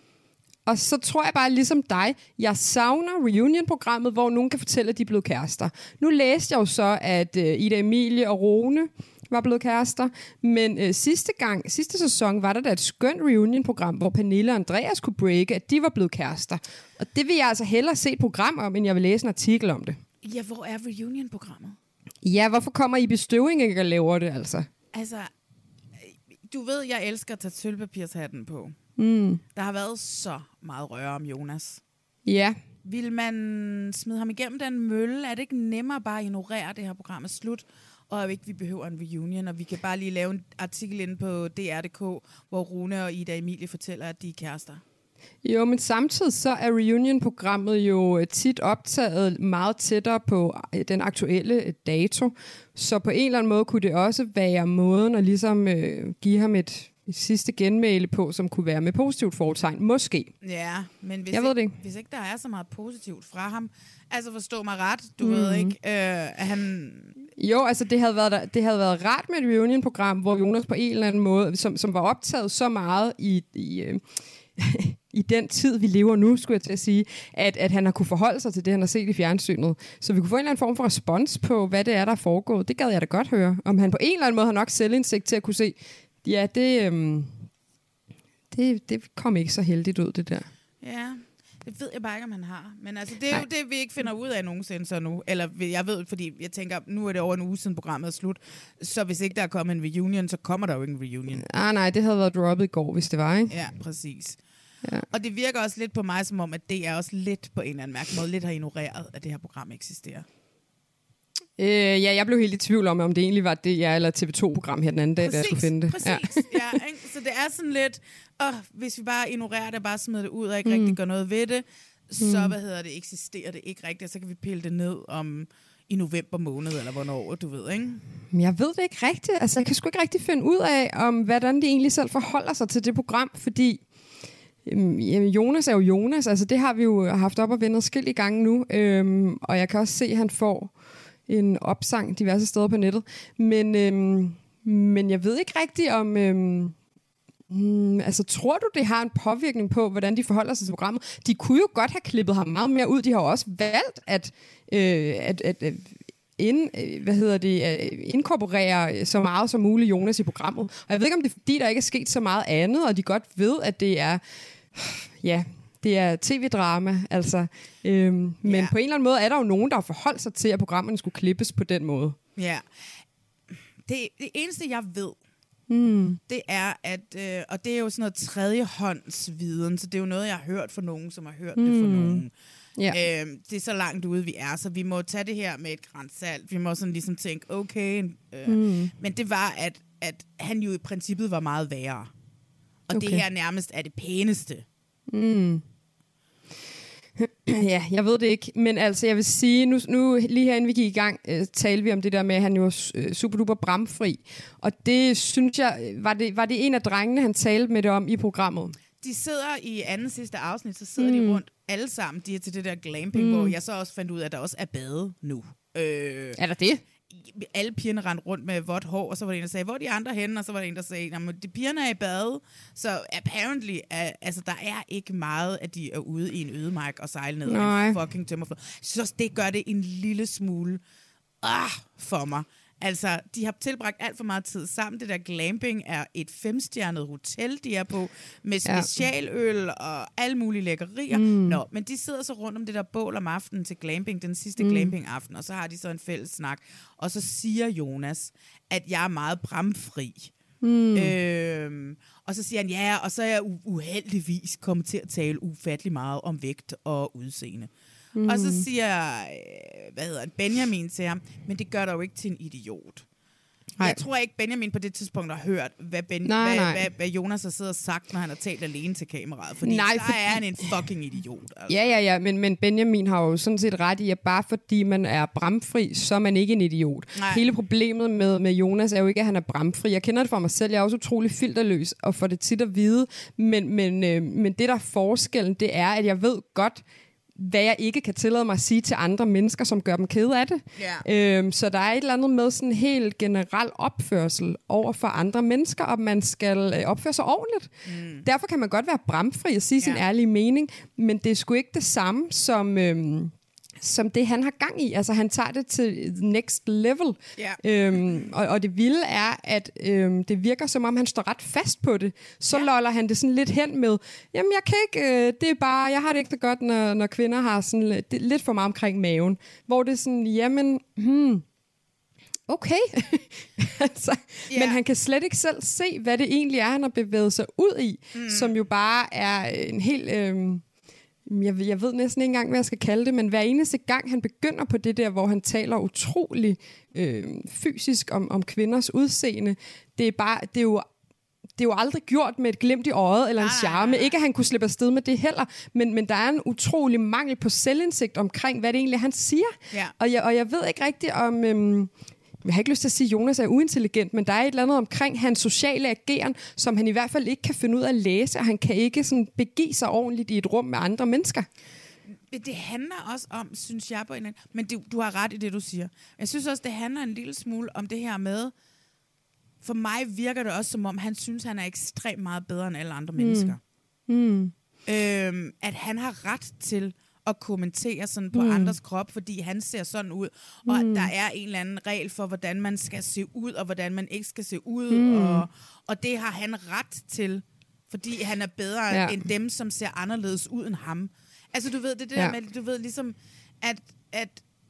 Og så tror jeg bare, ligesom dig, jeg savner reunion-programmet, hvor nogen kan fortælle, at de er blevet kærester. Nu læste jeg jo så, at øh, Ida Emilie og Rune var blevet kærester, men øh, sidste gang, sidste sæson, var der da et skønt reunion-program, hvor Pernille og Andreas kunne breake, at de var blevet kærester. Og det vil jeg altså hellere se et program om, end jeg vil læse en artikel om det. Ja, hvor er reunion-programmet? Ja, hvorfor kommer I Bestøving ikke og laver det, altså? Altså, du ved, jeg elsker at tage sølvpapirshatten på. Mm. Der har været så meget røre om Jonas. Ja. Vil man smide ham igennem den mølle? Er det ikke nemmere bare at ignorere det her program er slut? Og ikke vi behøver en reunion, og vi kan bare lige lave en artikel inde på D R punktum d k, hvor Rune og Ida Emilie fortæller, at de er kærester. Jo, men samtidig så er reunion-programmet jo tit optaget meget tættere på den aktuelle dato. Så på en eller anden måde kunne det også være måden at ligesom øh, give ham et, et sidste genmæle på, som kunne være med positivt fortegn. Måske. Ja, men hvis, jeg ikke, ved det ikke. hvis ikke der er så meget positivt fra ham, altså forstå mig ret, du mm. ved ikke, øh, at han... Jo, altså det havde været, det havde været rart med et reunion-program, hvor Jonas på en eller anden måde, som, som var optaget så meget i... i øh, i den tid, vi lever nu, skulle jeg til at sige, at, at han har kunne forholde sig til det, han har set i fjernsynet. Så vi kunne få en eller anden form for respons på, hvad det er, der er foregået. Det gad jeg da godt høre. Om han på en eller anden måde har nok selvindsigt til at kunne se, ja, det, øhm, det, det kom ikke så heldigt ud, det der. Ja, det ved jeg bare ikke, om han har. Men altså, det er Nej. jo det, vi ikke finder ud af nogensinde så nu. Eller jeg ved, fordi jeg tænker, nu er det over en uge siden programmet er slut. Så hvis ikke der er kommet en reunion, så kommer der jo ikke en reunion. Ah, nej, det havde været droppet i går, hvis det var, ikke? Ja, præcis. Ja. Og det virker også lidt på mig, som om, at det er også lidt på en eller anden mærkelig måde, lidt har ignoreret, at det her program eksisterer. Øh, ja, jeg blev helt i tvivl om, om det egentlig var det, jeg eller T V to-program her den anden dag, præcis, da jeg skulle finde det. Præcis, ja. ja ikke? Så det er sådan lidt, åh, hvis vi bare ignorerer det, bare smider det ud og ikke mm. rigtig gør noget ved det, så mm. hvad hedder det, eksisterer det ikke rigtigt, og så kan vi pille det ned om i november måned, eller hvornår, du ved, ikke? Men jeg ved det ikke rigtigt. Altså, jeg kan sgu ikke rigtig finde ud af, om hvordan de egentlig selv forholder sig til det program, fordi Jamen, Jonas er jo Jonas, altså det har vi jo haft op og vendt skilt i gange nu, øhm, og jeg kan også se, at han får en opsang diverse steder på nettet, men, øhm, men jeg ved ikke rigtigt om, øhm, mm, altså tror du, det har en påvirkning på, hvordan de forholder sig til programmet? De kunne jo godt have klippet ham meget mere ud, de har jo også valgt at, øh, at, at, at ind, hvad hedder det, inkorporere så meget som muligt Jonas i programmet. Og jeg ved ikke, om det er fordi, der ikke er sket så meget andet, og de godt ved, at det er, ja, det er tv-drama, altså. Øhm, men ja. på en eller anden måde er der jo nogen, der har forholdt sig til, at programmerne skulle klippes på den måde. Ja. Det, det eneste, jeg ved, mm. det er, at, øh, og det er jo sådan noget tredjehåndsviden, så det er jo noget, jeg har hørt fra nogen, som har hørt mm. det fra nogen. Ja. Øhm, det er så langt ude, vi er, så vi må tage det her med et gran salt. Vi må sådan ligesom tænke, okay. Øh, mm. Men det var, at, at han jo i princippet var meget værre. Og okay. det her nærmest er det pæneste. Mm. Ja, jeg ved det ikke. Men altså, jeg vil sige, nu, nu lige herinde vi gik i gang, øh, talte vi om det der med, at han jo var øh, super duper bramfri. Og det synes jeg, var det, var det en af drengene, han talte med det om i programmet? De sidder i anden sidste afsnit, så sidder mm. de rundt alle sammen. De er til det der glamping, mm. hvor jeg så også fandt ud af, at der også er bade nu. Øh, er der det? Alle pigerne rendte rundt med vådt hår, og så var der en, der sagde, hvor er de andre henne? Og så var der en, der sagde, at de pigerne er i bade. Så apparently, er, altså der er ikke meget, at de er ude i en ødemark og sejle ned af en fucking tømmerflod. Så det gør det en lille smule ah, for mig. Altså, de har tilbragt alt for meget tid sammen. Det der glamping er et femstjernet hotel, de er på, med specialøl og alle mulige lækkerier. Mm. Nå, men de sidder så rundt om det der bål om aftenen til glamping, den sidste mm. glamping-aften, og så har de så en fælles snak. Og så siger Jonas, at jeg er meget bramfri. Mm. Øhm, og så siger han, ja, og så er jeg u- uheldigvis kommet til at tale ufattelig meget om vægt og udseende. Mm. Og så siger, hvad hedder han, Benjamin til ham, men det gør dig jo ikke til en idiot. Nej. Jeg tror ikke, Benjamin på det tidspunkt har hørt, hvad, ben, nej, hvad, nej. Hvad, hvad Jonas har siddet og sagt, når han har talt alene til kameraet. Fordi nej, så fordi... er han en fucking idiot. Altså. Ja, ja, ja, men, men Benjamin har jo sådan set ret i, at bare fordi man er bramfri, så er man ikke en idiot. Nej. Hele problemet med, med Jonas er jo ikke, at han er bramfri. Jeg kender det fra mig selv. Jeg er også utrolig filterløs og får det tit at vide. Men, men, øh, men det, der er forskellen, det er, at jeg ved godt, hvad jeg ikke kan tillade mig at sige til andre mennesker, som gør dem kede af det. Yeah. Øhm, så der er et eller andet med sådan en helt generel opførsel over for andre mennesker, og man skal opføre sig ordentligt. Mm. Derfor kan man godt være bramfri og sige yeah. sin ærlige mening, men det er sgu ikke det samme som... Øhm, som det, han har gang i. Altså, han tager det til next level. Yeah. Øhm, og, og det vilde er, at øhm, det virker, som om han står ret fast på det. Så yeah. loller han det sådan lidt hen med, jamen, jeg kan ikke, øh, det er bare, jeg har det ikke så godt, når, når kvinder har sådan det, lidt for meget omkring maven. Hvor det er sådan, jamen, hmm, okay. altså, yeah. Men han kan slet ikke selv se, hvad det egentlig er, han har bevæget sig ud i, mm. som jo bare er en helt... Øh, Jeg, jeg ved næsten ikke engang, hvad jeg skal kalde det, men hver eneste gang, han begynder på det der, hvor han taler utrolig øh, fysisk om, om kvinders udseende, det er, bare, det, er jo, det er jo aldrig gjort med et glimt i øjet eller en charme. Ikke, at han kunne slippe afsted med det heller, men, men der er en utrolig mangel på selvindsigt omkring, hvad det egentlig er, han siger. Ja. Og, jeg, og jeg ved ikke rigtigt om... Øh, jeg har ikke lyst til at sige, at Jonas er uintelligent, men der er et eller andet omkring hans sociale ageren, som han i hvert fald ikke kan finde ud af at læse, og han kan ikke sådan begive sig ordentligt i et rum med andre mennesker. Det handler også om, synes jeg på en anden, men du, du har ret i det, du siger. Jeg synes også, det handler en lille smule om det her med, for mig virker det også som om, han synes, han er ekstremt meget bedre end alle andre mm. mennesker. Mm. Øhm, at han har ret til at kommentere sådan på mm. andres krop, fordi han ser sådan ud, og mm. at der er en eller anden regel for, hvordan man skal se ud, og hvordan man ikke skal se ud, mm. og, og det har han ret til, fordi han er bedre ja. end dem, som ser anderledes ud end ham. Altså, du ved, det, det ja. der med, du ved ligesom, at, at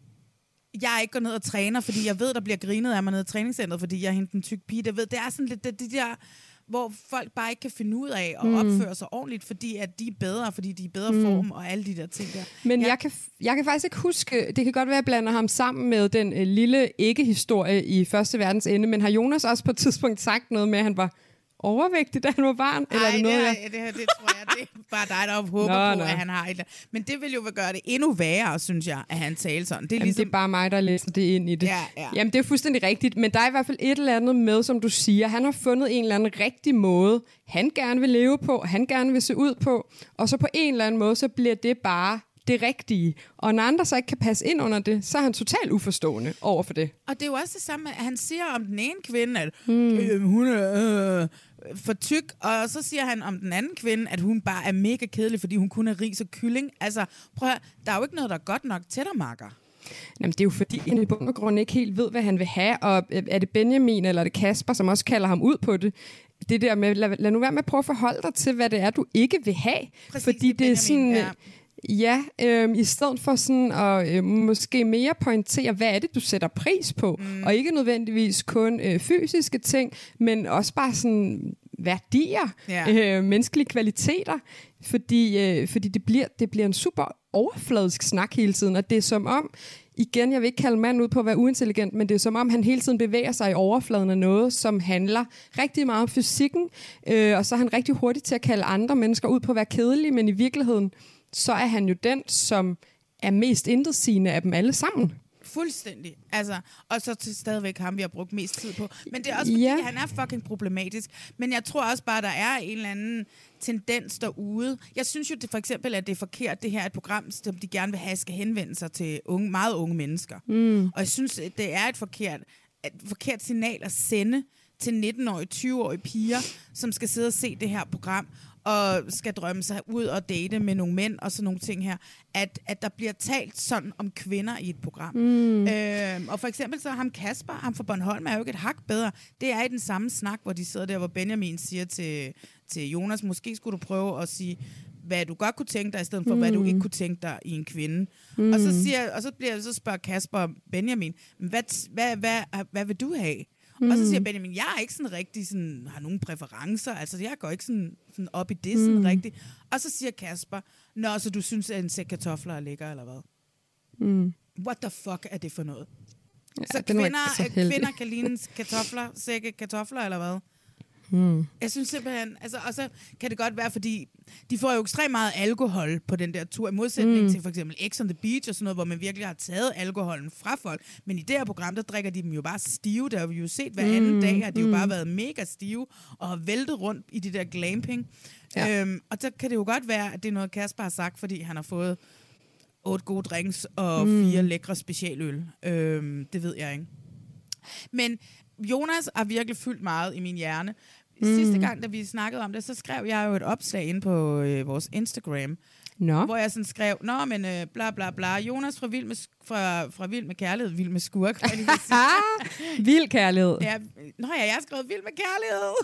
jeg ikke går ned og træner, fordi jeg ved, der bliver grinet af mig nede i træningscenteret, fordi jeg er hende den tyk pige. Det, ved, det er sådan lidt det, det der... hvor folk bare ikke kan finde ud af at mm. opføre sig ordentligt, fordi at de er bedre, fordi de er i bedre mm. form, og alle de der ting der. Men jeg, jeg, kan, jeg kan faktisk ikke huske, det kan godt være, at jeg blander ham sammen med den øh, lille ikke-historie i Første Verdens Ende, men har Jonas også på et tidspunkt sagt noget med, at han var overvægtig, da han var barn? Eller Ej, er det, noget, det, jeg... det, det, det tror jeg, det er bare dig, der håber Nå, på, at han har et. Men det vil jo gøre det endnu værre, synes jeg, at han taler sådan. Det er, Jamen, ligesom... det er bare mig, der læser det ind i det. Ja, ja. Jamen, det er fuldstændig rigtigt, men der er i hvert fald et eller andet med, som du siger. Han har fundet en eller anden rigtig måde, han gerne vil leve på, han gerne vil se ud på, og så på en eller anden måde, så bliver det bare det rigtige. Og når andre så ikke kan passe ind under det, så er han totalt uforstående over for det. Og det er jo også det samme, at han siger om den ene kvinde, at mm. øh, hun er øh, for tyk, og så siger han om den anden kvinde, at hun bare er mega kedelig, fordi hun kun er ris og kylling. Altså, prøv at, der er jo ikke noget, der er godt nok til dig, Marker. Jamen, det er jo fordi, han i bund og grund ikke helt ved, hvad han vil have, og er det Benjamin eller er det Kasper, som også kalder ham ud på det? Det der med, lad, lad nu være med at prøve at forholde dig til, hvad det er, du ikke vil have. Præcis, fordi det, det er sådan... Ja. Ja, øh, i stedet for sådan at øh, måske mere pointere, hvad er det, du sætter pris på? Mm. Og ikke nødvendigvis kun øh, fysiske ting, men også bare sådan værdier, yeah. øh, menneskelige kvaliteter. Fordi, øh, fordi det, bliver, det bliver en super overfladisk snak hele tiden, og det er som om, igen, jeg vil ikke kalde manden ud på at være uintelligent, men det er som om, han hele tiden bevæger sig i overfladen af noget, som handler rigtig meget om fysikken, øh, og så er han rigtig hurtig til at kalde andre mennesker ud på at være kedelige, men i virkeligheden, så er han jo den, som er mest intetsigende af dem alle sammen. Fuldstændig. Altså, og så til stadigvæk ham, vi har brugt mest tid på. Men det er også fordi, ja. han er fucking problematisk. Men jeg tror også bare, der er en eller anden tendens derude. Jeg synes jo det for eksempel, at det er forkert, det her er et program, som de gerne vil have, skal henvende sig til unge, meget unge mennesker. Mm. Og jeg synes, det er et forkert, et forkert signal at sende til nitten-årige, tyve-årige piger, som skal sidde og se det her program, og skal drømme sig ud og date med nogle mænd og sådan nogle ting her, at, at der bliver talt sådan om kvinder i et program. Mm. Øh, og for eksempel så ham Kasper, ham fra Bornholm, er jo ikke et hak bedre. Det er i den samme snak, hvor de sidder der, hvor Benjamin siger til, til Jonas, måske skulle du prøve at sige, hvad du godt kunne tænke dig, i stedet for, mm. hvad du ikke kunne tænke dig i en kvinde. Mm. Og, så siger, og så, bliver, så spørger Kasper Benjamin, hvad, hvad, hvad, hvad, hvad vil du have? Mm. Og så siger Benjamin, jeg er ikke sådan rigtig sådan, har nogen præferencer, altså jeg går ikke sådan, sådan op i det sådan mm. rigtigt. Og så siger Kasper, nå, så du synes, at en sæk kartofler er lækker, eller hvad? Mm. What the fuck er det for noget? Ja, så kvinder, så kvinder kan ligne kartofler, sække kartofler, eller hvad? Hmm. Jeg synes simpelthen, altså, og så kan det godt være, fordi de får jo ekstremt meget alkohol på den der tur, i modsætning mm. til for eksempel X on the Beach og sådan noget, hvor man virkelig har taget alkoholen fra folk. Men i det her program, der drikker de dem jo bare stive. Der har vi jo set hver anden mm. dag, har de mm. jo bare været mega stive og har væltet rundt i de der glamping. Ja. Øhm, og så kan det jo godt være, at det er noget, Kasper har sagt, fordi han har fået otte gode drinks og mm. fire lækre specialøl. Øhm, det ved jeg ikke. Men Jonas har virkelig fyldt meget i min hjerne. Mm. Sidste gang, da vi snakkede om det, så skrev jeg jo et opslag ind på øh, vores Instagram, no. hvor jeg sådan skrev, nå, men øh, bla bla bla, Jonas fra Vild med, fra, fra Vild med Kærlighed, Vild med Skurk. Vild Kærlighed. Ja, nå ja, jeg har skrevet Vild med Kærlighed.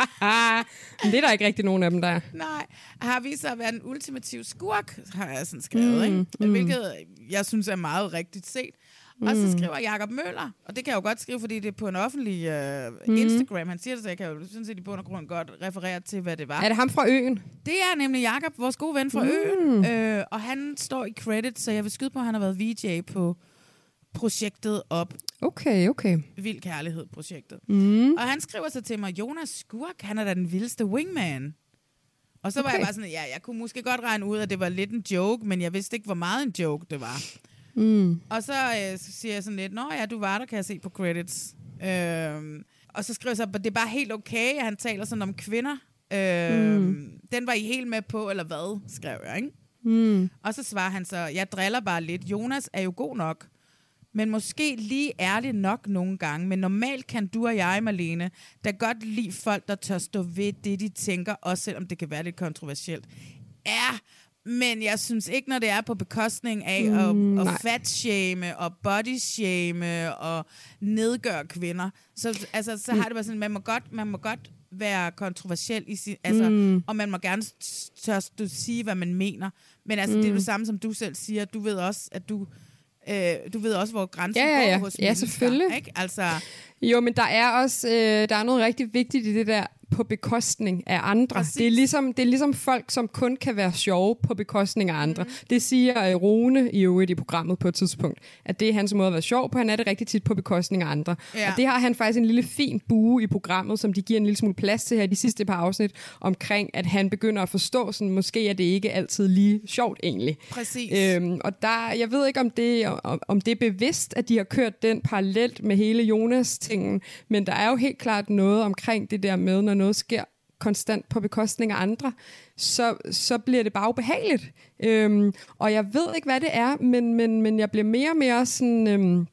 Men det er der ikke rigtig nogen af dem, der. Nej, har vist sig at være den ultimative skurk, har jeg sådan skrevet, mm. ikke? Mm. Hvilket jeg synes er meget rigtigt set. Mm. Og så skriver Jakob Møller, og det kan jeg jo godt skrive, fordi det er på en offentlig øh, mm. Instagram. Han siger det, så jeg kan jo sådan set i bund og grund godt referere til, hvad det var. Er det ham fra Øen? Det er nemlig Jakob, vores gode ven fra mm. Øen. Øh, og han står i credit, så jeg vil skyde på, at han har været V J på projektet op. Okay, okay. Vild Kærlighed-projektet. Mm. Og han skriver så til mig, Jonas Skurk, han er da den vildeste wingman. Og så okay. var jeg bare sådan, ja, jeg kunne måske godt regne ud, at det var lidt en joke, men jeg vidste ikke, hvor meget en joke det var. Mm. Og så, øh, så siger jeg sådan lidt, nå ja, du var der, kan jeg se på credits. Øhm, og så skriver jeg så, at det er bare helt okay, at han taler sådan om kvinder. Øhm, mm. Den var I helt med på, eller hvad, skrev jeg, ikke? Mm. Og så svarer han så, jeg driller bare lidt. Jonas er jo god nok, men måske lige ærligt nok nogle gange. Men normalt kan du og jeg, Marlene, da godt lide folk, der tør stå ved det, de tænker, også selvom det kan være lidt kontroversielt. Ja, men jeg synes ikke, når det er på bekostning af mm, at, at fatshame og bodyshame og nedgøre kvinder, så, altså, så har det bare sådan, man må godt, man må godt være kontroversiel i sin, altså, mm. og man må gerne tør sige, hvad man mener. Men altså, mm. det er det samme, som du selv siger. Du ved også, at du Øh, du ved også, hvor grænsen ja, ja, ja. går hos ja, mennesker, selvfølgelig. Ikke? Altså, jo, men der er også øh, der er noget rigtig vigtigt i det der på bekostning af andre. Det er, ligesom, det er ligesom folk, som kun kan være sjove på bekostning af andre. Mm. Det siger øh, Rune i øvrigt i programmet på et tidspunkt, at det er hans måde at være sjov på. Han er det rigtig tit på bekostning af andre. Ja. Og det har han faktisk en lille fin bue i programmet, som de giver en lille smule plads til her i de sidste par afsnit, omkring at han begynder at forstå, sådan, måske er det ikke altid lige sjovt egentlig. Præcis. Øhm, og der, jeg ved ikke, om det, om, om det er bevidst, at de har kørt den parallelt med hele Jonas-tingen, men der er jo helt klart noget omkring det der med, når noget sker konstant på bekostning af andre, så, så bliver det bare ubehageligt. Øhm, og jeg ved ikke, hvad det er, men, men, men jeg bliver mere og mere sådan øhm,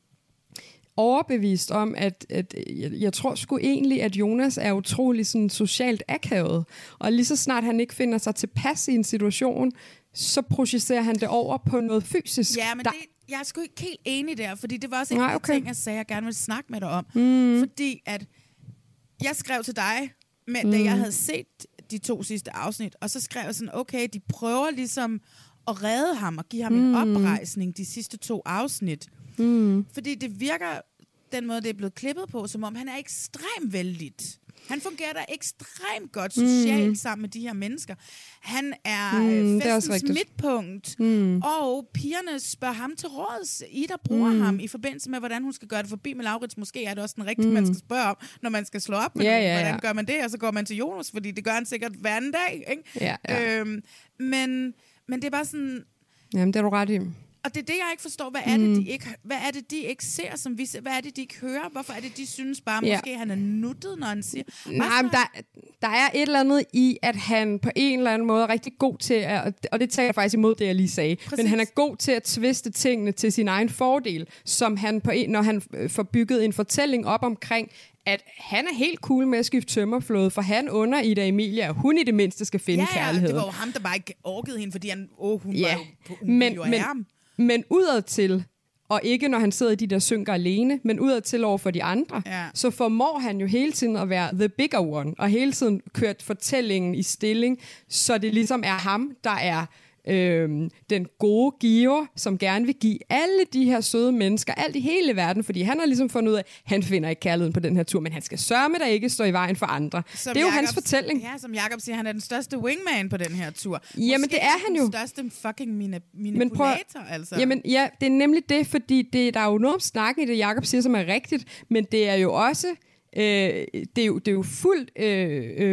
overbevist om, at, at jeg, jeg tror sgu egentlig, at Jonas er utrolig sådan socialt akavet. Og lige så snart han ikke finder sig tilpas i en situation, så projicerer han det over på noget fysisk. Ja, men der, det, jeg er sgu ikke helt enig der, fordi det var også en Nej, af okay. de ting, jeg sagde, jeg gerne ville snakke med dig om. Mm. Fordi at jeg skrev til dig, men mm. da jeg havde set de to sidste afsnit, og så skrev jeg sådan, okay, de prøver ligesom at redde ham og give ham mm. en oprejsning de sidste to afsnit. Mm. Fordi det virker, den måde, det er blevet klippet på, som om han er ekstremt vældigt. Han fungerer da ekstremt godt socialt mm. sammen med de her mennesker. Han er mm, festens er midtpunkt, mm. og pigerne spørger ham til råds. Ida bruger mm. ham i forbindelse med, hvordan hun skal gøre det forbi med Laurits. Måske er det også den rigtige, mm. man skal spørge om, når man skal slå op med ja, nogen. Ja, ja. Hvordan gør man det? Og så går man til Jonas, fordi det gør han sikkert hver anden dag. Ikke? Ja, ja. Øhm, men, men det er bare sådan... Jamen, det er du ret i. Og det er det, jeg ikke forstår. Hvad er det, de ikke, hvad er det, de ikke ser, som vi ser? Hvad er det, de ikke hører? Hvorfor er det, de synes bare, ja. måske han er nuttet, når han siger... Nej, men der, der er et eller andet i, at han på en eller anden måde er rigtig god til, at, og det tager faktisk imod det, jeg lige sagde, Præcis. men han er god til at tviste tingene til sin egen fordel, som han på en, når han får bygget en fortælling op omkring, at han er helt cool med at skifte tømmerflåde, for han under Ida Emilia, hun i det mindste skal finde ja, ja, kærlighed. det var jo ham, der bare ikke orkede hende, fordi han, åh, hun ja. var jo på hun men, jo men, ham. Men udadtil, og ikke når han sidder i de der synker alene, men udadtil over for de andre, ja. så formår han jo hele tiden at være the bigger one, og hele tiden kørt fortællingen i stilling, så det ligesom er ham, der er øh, den gode giver, som gerne vil give alle de her søde mennesker, alt i hele verden, fordi han har ligesom fundet ud af, at han finder ikke kærligheden på den her tur, men han skal sørge med, der ikke står i vejen for andre. Som det er jo Jacob, hans fortælling. Ja, som Jacob siger, han er den største wingman på den her tur. Jamen, Måske det er han jo. den største fuking manipulator, prøv, altså. Jamen, ja, det er nemlig det, fordi det, der er jo noget om snakken i det, Jacob siger, som er rigtigt, men det er jo også, øh, det, er jo, det er jo fuldt øh, øh,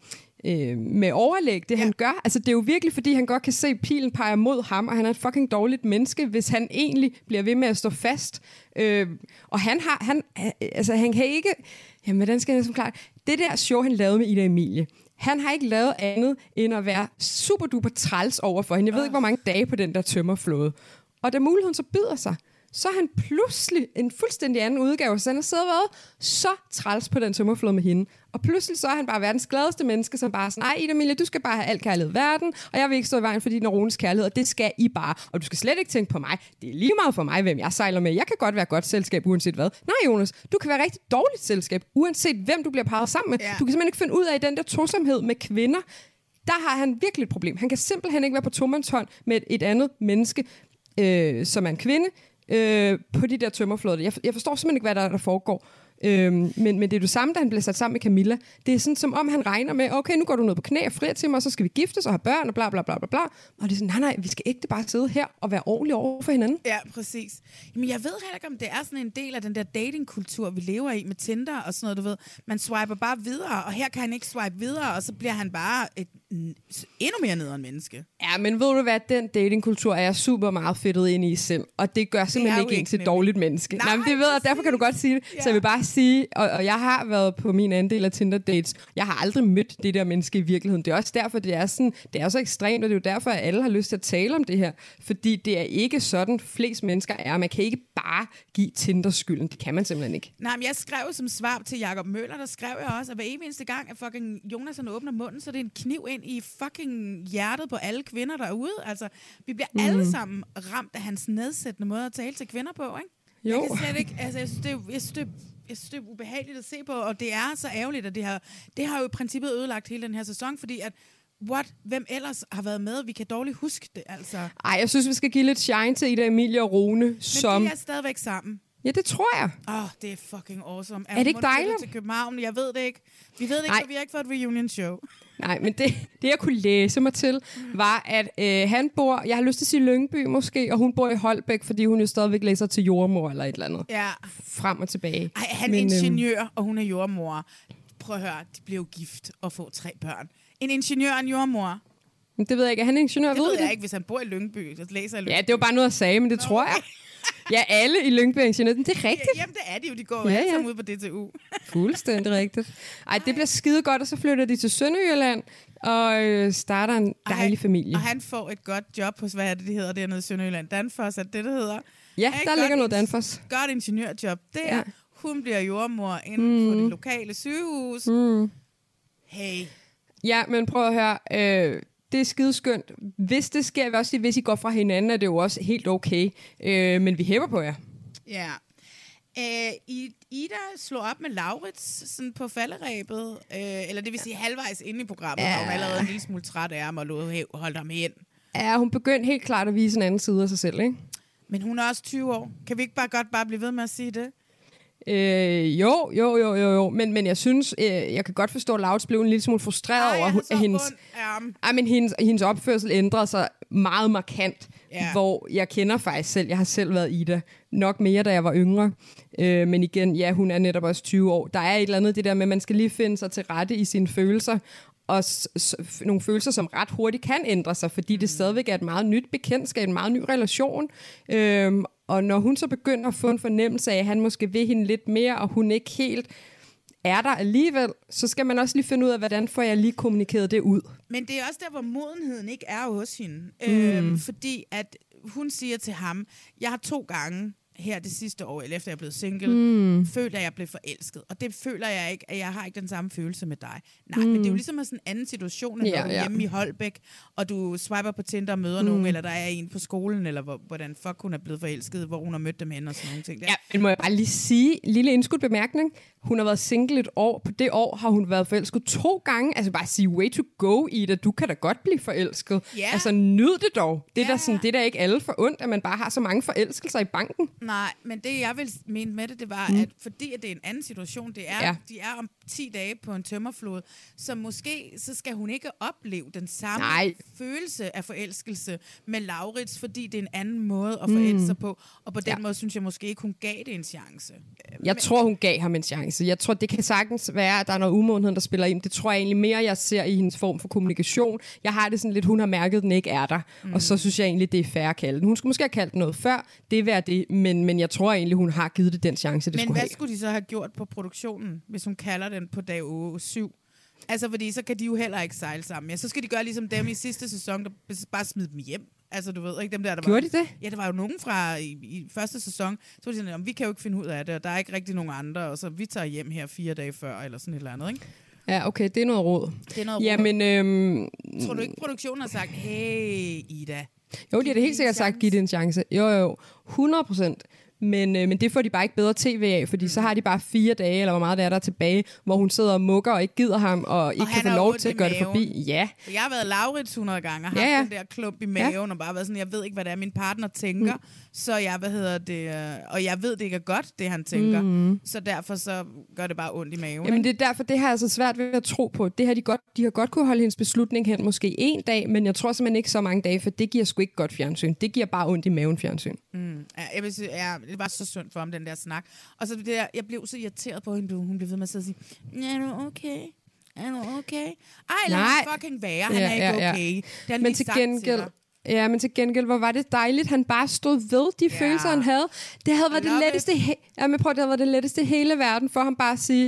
øh, med overlæg, det ja. han gør. Altså, det er jo virkelig, fordi han godt kan se, at pilen peger mod ham, og han er et fucking dårligt menneske, hvis han egentlig bliver ved med at stå fast. Øh, og han har, han, altså, han kan ikke, jamen, hvordan skal jeg næsten klare det der show, han lavede med Ida Emilie, han har ikke lavet andet, end at være super duper træls over for hende. Jeg ved ikke, hvor mange dage på den der tømmerflåde. Og da muligheden så byder sig, så er han pludselig en fuldstændig anden udgave. Så han har siddet og været så træls på den tømmerflåde med hende. Og pludselig så er han bare verdens gladeste menneske, som bare sådan, nej Ida Emilie, du skal bare have al kærlighed i verden, og jeg vil ikke stå i vejen for din og Rones kærlighed, og det skal I bare. Og du skal slet ikke tænke på mig. Det er lige meget for mig, hvem jeg sejler med. Jeg kan godt være godt selskab, uanset hvad. Nej Jonas, du kan være rigtig dårligt selskab, uanset hvem du bliver parret sammen med. Ja. Du kan simpelthen ikke finde ud af den der tosomhed med kvinder. Der har han virkelig et problem. Han kan simpelthen ikke være på tomandshånd med et, et andet menneske, øh, som er en kvinde, Øh, på de der tømmerflåder. Jeg, jeg forstår simpelthen ikke, hvad der, der foregår. Øhm, men, men det er det samme, da han bliver sat sammen med Camilla. Det er sådan, som om han regner med, okay, nu går du ned på knæ og frier til mig, og så skal vi giftes og have børn og bla bla bla bla bla. Og det er sådan, nej nej, vi skal ikke bare sidde her og være ordentlige over for hinanden. Ja, præcis. Men jeg ved heller ikke, om det er sådan en del af den der datingkultur, vi lever i med Tinder og sådan noget, du ved. Man swiper bare videre, og her kan han ikke swipe videre, og så bliver han bare et endnu mere nederen menneske. Ja, men ved du hvad, den datingkultur er jeg super meget fedtet ind i selv, og det gør simpelthen det ikke en til et dårligt menneske. Nej, nej, men det ved jeg, derfor kan du godt sige det. Ja. Så jeg vil bare sige, og, og jeg har været på min andel af Tinder-dates, jeg har aldrig mødt det der menneske i virkeligheden. Det er også derfor, det er, sådan, det er så ekstremt, og det er jo derfor, at alle har lyst til at tale om det her, fordi det er ikke sådan, flest mennesker er. Man kan ikke bare give Tinder skylden. Det kan man simpelthen ikke. Nej, men jeg skrev som svar til Jacob Møller, der skrev jeg også, at hver eneste gang, at fucking Jonas han åbner munden, så det er en kniv ind i fucking hjertet på alle kvinder derude. Altså, vi bliver mm. alle sammen ramt af hans nedsættende måde at tale til kvinder på, ikke? Jo. Jeg kan slet ikke, altså, jeg synes, det er, jeg synes, det er, jeg synes, det er ubehageligt at se på, og det er så ærgerligt, at det har, det har jo i princippet ødelagt hele den her sæson, fordi at what? Hvem ellers har været med? Vi kan dårligt huske det, altså. Ej, jeg synes, vi skal give lidt shine til Ida Emilie og Rune, men som... Men de er stadigvæk sammen. Ja, det tror jeg. Åh, oh, det er fucking awesome. Er, er det ikke dejligt? Til København? Jeg ved det ikke. Vi ved det ikke, for vi har ikke fået et reunion show. Nej, men det, det jeg kunne læse mig til, var, at øh, han bor, jeg har lyst til at sige Lyngby måske, og hun bor i Holbæk, fordi hun jo stadigvæk læser til jordmor eller et eller andet. Ja. Frem og tilbage. Ej, han er ingeniør, øhm, og hun er jordmor. Prøv at høre, de blev jo gift og få tre børn. En ingeniør og en jordmor. Men det ved jeg ikke. Er han ingeniør? Det ved, ved jeg det? ikke, hvis han bor i Lyngby. Så læser jeg Lyngby. Ja, det var bare noget at sige, men det Nå, tror jeg. Ja, alle i Lyngby er ingeniører. Det er rigtigt. Ja, jamen, det er de jo. De går jo ja, alle ja. sammen ud på D T U. Fuldstændig rigtigt. Ej, det bliver skide godt, og så flytter de til Sønderjylland og øh, starter en dejlig og familie. Og han får et godt job hos, hvad er det, det hedder dernede i Sønderjylland? Danfoss, er det, det hedder? Ja, der godt, ligger noget Danfoss. Godt ingeniørjob. Det er, ja. Hun bliver jordmor inden mm. på det lokale sygehus. Mm. Hey. Ja, men prøv at høre... Øh, det er skideskønt. Hvis det sker, vil også sige, hvis I går fra hinanden, er det jo også helt okay. Øh, men vi hæpper på jer. Ja. Øh, Ida slår op med Laurits sådan på falderæbet, øh, eller det vil sige halvvejs inde i programmet, ja. Og hun allerede en lille smule træt af ham og lod holde ham hen. Ja, hun begyndte helt klart at vise en anden side af sig selv, ikke? Men hun er også tyve år. Kan vi ikke bare godt bare blive ved med at sige det? Øh, jo, jo, jo, jo, jo. Men, men jeg synes, øh, jeg kan godt forstå, at Laurits blev en lille smule frustreret Ej, over, at hendes, um. ej, men hendes, hendes opførsel ændrede sig meget markant. Yeah. Hvor jeg kender faktisk selv, jeg har selv været Ida, nok mere, da jeg var yngre. Øh, men igen, ja, hun er netop også tyve år. Der er et eller andet det der med, at man skal lige finde sig til rette i sine følelser, og s- s- nogle følelser, som ret hurtigt kan ændre sig, fordi mm. det stadigvæk er et meget nyt bekendtskab, en meget ny relation. Øhm, og når hun så begynder at få en fornemmelse af, at han måske vil hende lidt mere, og hun ikke helt er der alligevel, så skal man også lige finde ud af, hvordan får jeg lige kommunikeret det ud. Men det er også der, hvor modenheden ikke er hos hende. Mm. Øhm, fordi at hun siger til ham, jeg har to gange her det sidste år, eller efter jeg er blevet single, Mm. føler jeg, jeg blev forelsket. Og det føler jeg ikke, at jeg har ikke den samme følelse med dig. Nej, Mm. men det er jo ligesom sådan en anden situation, end Ja, når du er ja. hjemme i Holbæk, og du swiper på Tinder og møder Mm. nogen, eller der er en på skolen, eller hvor, hvordan fuck hun er blevet forelsket, hvor hun har mødt dem hen og sådan nogle ting. Der. Ja, men må jeg bare lige sige, lille indskudt bemærkning. Hun har været single et år. På det år har hun været forelsket to gange. Altså bare sige, way to go, Ida. Du kan da godt blive forelsket. Ja. Altså nyd det dog. Det er Ja. da sådan, det er da ikke alle for ondt, at man bare har så mange forelskelser i banken. Nej, men det jeg vil mene med det, det var, Mm. mm. at fordi at det er en anden situation, det er, Ja. ja. de er om ti dage på en tømmerflod, så måske så skal hun ikke opleve den samme Nej. følelse af forelskelse med Laurits, fordi det er en anden måde at forelske Mm. sig på, og på den Ja. måde synes jeg måske ikke, hun gav det en chance. Jeg tror, hun gav ham en chance. Jeg tror, det kan sagtens være, at der er noget umodenhed, der spiller ind. Det tror jeg egentlig mere, jeg ser i hendes form for kommunikation. Jeg har det sådan lidt, hun har mærket, at den ikke er der. Mm. Og så synes jeg egentlig, det er fair at kalde den. Hun skulle måske have kaldt den noget før. Det er værd det, men, men jeg tror egentlig, hun har givet det den chance, det Men skulle hvad have. skulle de så have gjort på produktionen, hvis hun kalder den på dag syv? Altså, fordi så kan de jo heller ikke sejle sammen. Ja, så skal de gøre ligesom dem i sidste sæson, der bare smide dem hjem. Altså, du ved ikke, dem der, der Gjorde var... de det? Ja, der var jo nogen fra i, i første sæson, så var de sådan, "Jamen, vi kan jo ikke finde ud af det, og der er ikke rigtig nogen andre, og så vi tager hjem her fire dage før, eller sådan et eller andet, ikke? Ja, okay, det er noget råd. Det er noget ja, råd. men, øhm, Tror du ikke, produktionen har sagt, hey, Ida? Jo, de har det helt sikkert sagt, giv det en chance. Jo, jo, hundrede procent. Men, øh, men det får de bare ikke bedre tv af, fordi mm. så har de bare fire dage, eller hvor meget det er der tilbage, hvor hun sidder og mukker og ikke gider ham, og ikke Og kan få han har lov ondt til i at gøre det maven. forbi. Ja. For jeg har været Laurits hundrede gange, og haft Ja, ja. den der klump i maven, og bare været sådan, jeg ved ikke, hvad det er, min partner tænker, mm. så jeg, hvad hedder det, øh, og jeg ved, det ikke er godt, det han tænker. Mm. Så derfor så gør det bare ondt i maven. Jamen ikke? det er derfor, det her er så svært ved at tro på. Det har de godt, de har godt kunne holde hendes beslutning hen måske en dag, men jeg tror simpelthen ikke så mange dage, for det giver sgu ikke godt fjernsyn. Det giver bare ondt i maven fjernsyn. Mm. Ja, jeg vil sige, ja, det var så synd for ham, den der snak. Og så det der, jeg blev så irriteret på hende, hun blev ved med at sidde og sige, er du okay? Er du okay? Ej, lad Nej. ham fucking være, han Ja, er ikke ja, ja. okay. Det har han Men lige til sagt gengæld, dig. ja, men til gengæld, hvor var det dejligt, han bare stod ved de Ja. følelser, han havde. Det havde været det Love letteste, he- ja, men prøv, det havde været det letteste i hele verden, for ham bare at sige,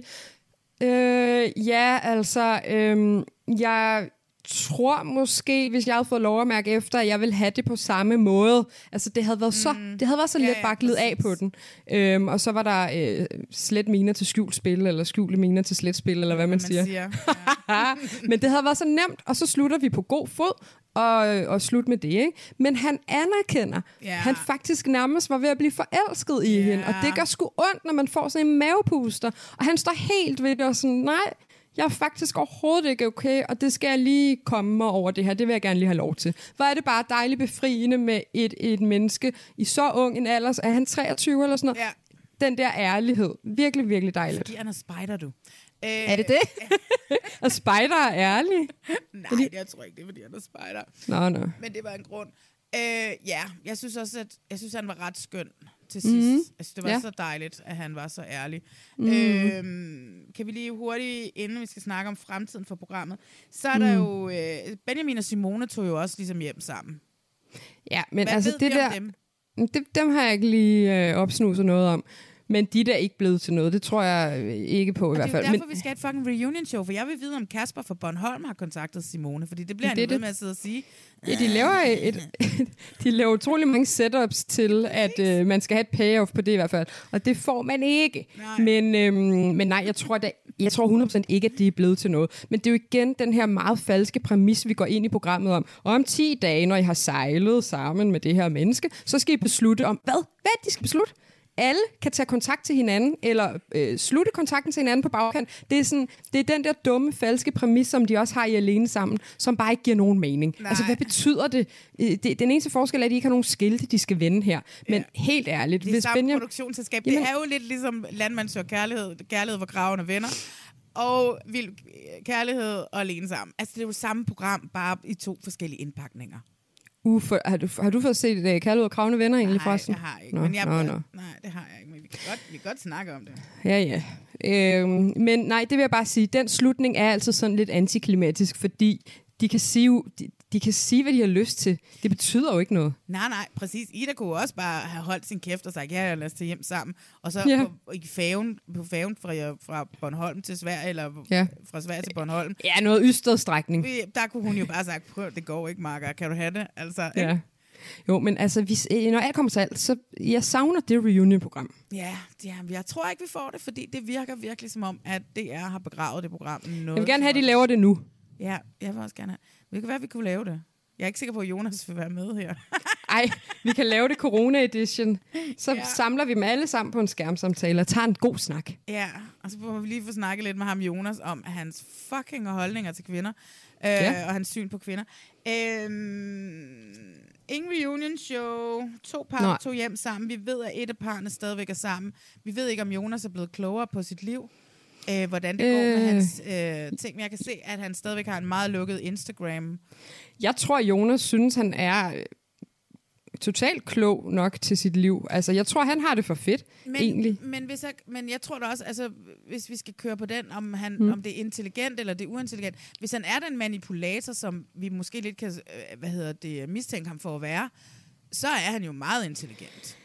øh, ja, altså, øh, jeg tror måske, hvis jeg havde fået lov at mærke efter, at jeg ville have det på samme måde. Altså, det havde været så, Mm. det havde været så Ja, let ja, bare glide af præcis. på den. Øhm, og så var der øh, slet miner til skjult spil, eller skjulte miner til slet spil, eller hvad man, Hvad siger. man siger. Men det havde været så nemt, og så slutter vi på god fod, og, og slut med det, ikke? Men han anerkender, Ja. han faktisk nærmest var ved at blive forelsket i Ja. hende, og det gør sgu ondt, når man får sådan en mavepuster, og han står helt ved det og sådan, nej, jeg er faktisk overhovedet ikke okay, og det skal jeg lige komme mig over det her. Det vil jeg gerne lige have lov til. Hvor er det bare dejligt befriende med et, et menneske i så ung en alder. Er han treogtyve eller sådan noget? Ja. Den der ærlighed. Virkelig, virkelig dejligt. Fordi han er spider, du. Øh, Er det det? Og Spider er ærlig? Nej, jeg tror ikke, det er, fordi han er spider. Nå, nå. Men det var en grund. Øh, ja, jeg synes også, at jeg synes, han var ret skøn til sidst. Mhm. Jeg synes, det var Ja. så dejligt, at han var så ærlig. Mhm. Øh, kan vi lige hurtigt, inden vi skal snakke om fremtiden for programmet, så er der Mhm. jo... Øh, Benjamin og Simone tog jo også ligesom hjem sammen. Ja, men Hvad altså ved det vi om der... dem? Det, dem har jeg ikke lige øh, opsnuset noget om. Men de der er ikke blevet til noget. Det tror jeg øh, ikke på i Og hvert det er fald. jo derfor, Men, vi skal have et fucking reunion show, for jeg vil vide, om Kasper fra Bornholm har kontaktet Simone, fordi det bliver han Det er jo ved det. med at sidde og sige. ja, de laver et, de laver utrolig mange setups til, at øh, man skal have et payoff på det i hvert fald. Og det får man ikke. Nej. Men, øhm, men nej, jeg tror, da, jeg tror hundrede procent ikke, at det er blevet til noget. Men det er jo igen den her meget falske præmis, vi går ind i programmet om. Og om ti dage, når I har sejlet sammen med det her menneske, så skal I beslutte om, hvad? Hvad de skal beslutte? Alle kan tage kontakt til hinanden, eller øh, slutte kontakten til hinanden på bagkant. Det er, sådan, det er den der dumme, falske præmis, som de også har i Alene Sammen, som bare ikke giver nogen mening. Nej. Altså, hvad betyder det? Øh, det? Den eneste forskel er, at de ikke har nogen skilte, de skal vende her. Men Ja. helt ærligt, Det er hvis samme Benjamin... produktionsselskab. Jamen- Det er jo lidt ligesom Landmand søger kærlighed, kærlighed hvor kravene venner, og Vild Kærlighed og Alene Sammen. Altså, det er jo samme program, bare i to forskellige indpakninger. Uh, for, har, du, har du fået set det, Kærlighed og Kravende Venner egentlig Nej, forresten? jeg har ikke. Nå, men jeg, nå, nå, nå. Nej, det har jeg ikke, men vi kan godt, vi kan godt snakke om det. Ja, ja. Øhm, men nej, det vil jeg bare sige, den slutning er altså sådan lidt antiklimatisk, fordi de kan sige, de, de kan sige, hvad de har lyst til. Det betyder jo ikke noget. Nej, nej, præcis. Ida kunne også bare have holdt sin kæft og sagt, ja, lad os tage hjem sammen. Og så Ja. på, i færgen, på færgen fra, fra Bornholm til Sverige, eller Ja. fra Sverige til Bornholm, Ja, noget Ystad-strækning. vi- der kunne hun jo bare have sagt, prøv, det går ikke, Marker, kan du have det? Altså, Ja. Jo, men altså, hvis, når alt kommer til alt, så jeg savner det reunion-program. Ja, ja, jeg tror ikke, vi får det, fordi det virker virkelig som om, at D R har begravet det program. Noget jeg vil gerne have, at de laver det nu. Ja, jeg vil også gerne have. Det kan være, at vi kunne lave det. Jeg er ikke sikker på, at Jonas vil være med her. Ej, vi kan lave det corona-edition. Så ja. samler vi dem alle sammen på en skærmsamtale og tager en god snak. Ja, og så må vi lige få snakket lidt med ham, Jonas, om hans fucking holdninger til kvinder. Øh, ja. Og hans syn på kvinder. Øhm, ingen reunion show. To par Nå. tog hjem sammen. Vi ved, at et af parrene stadigvæk er sammen. Vi ved ikke, om Jonas er blevet klogere på sit liv. Øh, hvordan det går øh. med hans øh, ting. Men jeg kan se, at han stadigvæk har en meget lukket Instagram. Jeg tror, Jonas synes, han er totalt klog nok til sit liv. Altså, jeg tror, han har det for fedt, men, egentlig. Men, hvis jeg, men jeg tror da også, altså, hvis vi skal køre på den, om, han, mm. om det er intelligent eller det er uintelligent. Hvis han er den manipulator, som vi måske lidt kan hvad hedder det, mistænke ham for at være, så er han jo meget intelligent.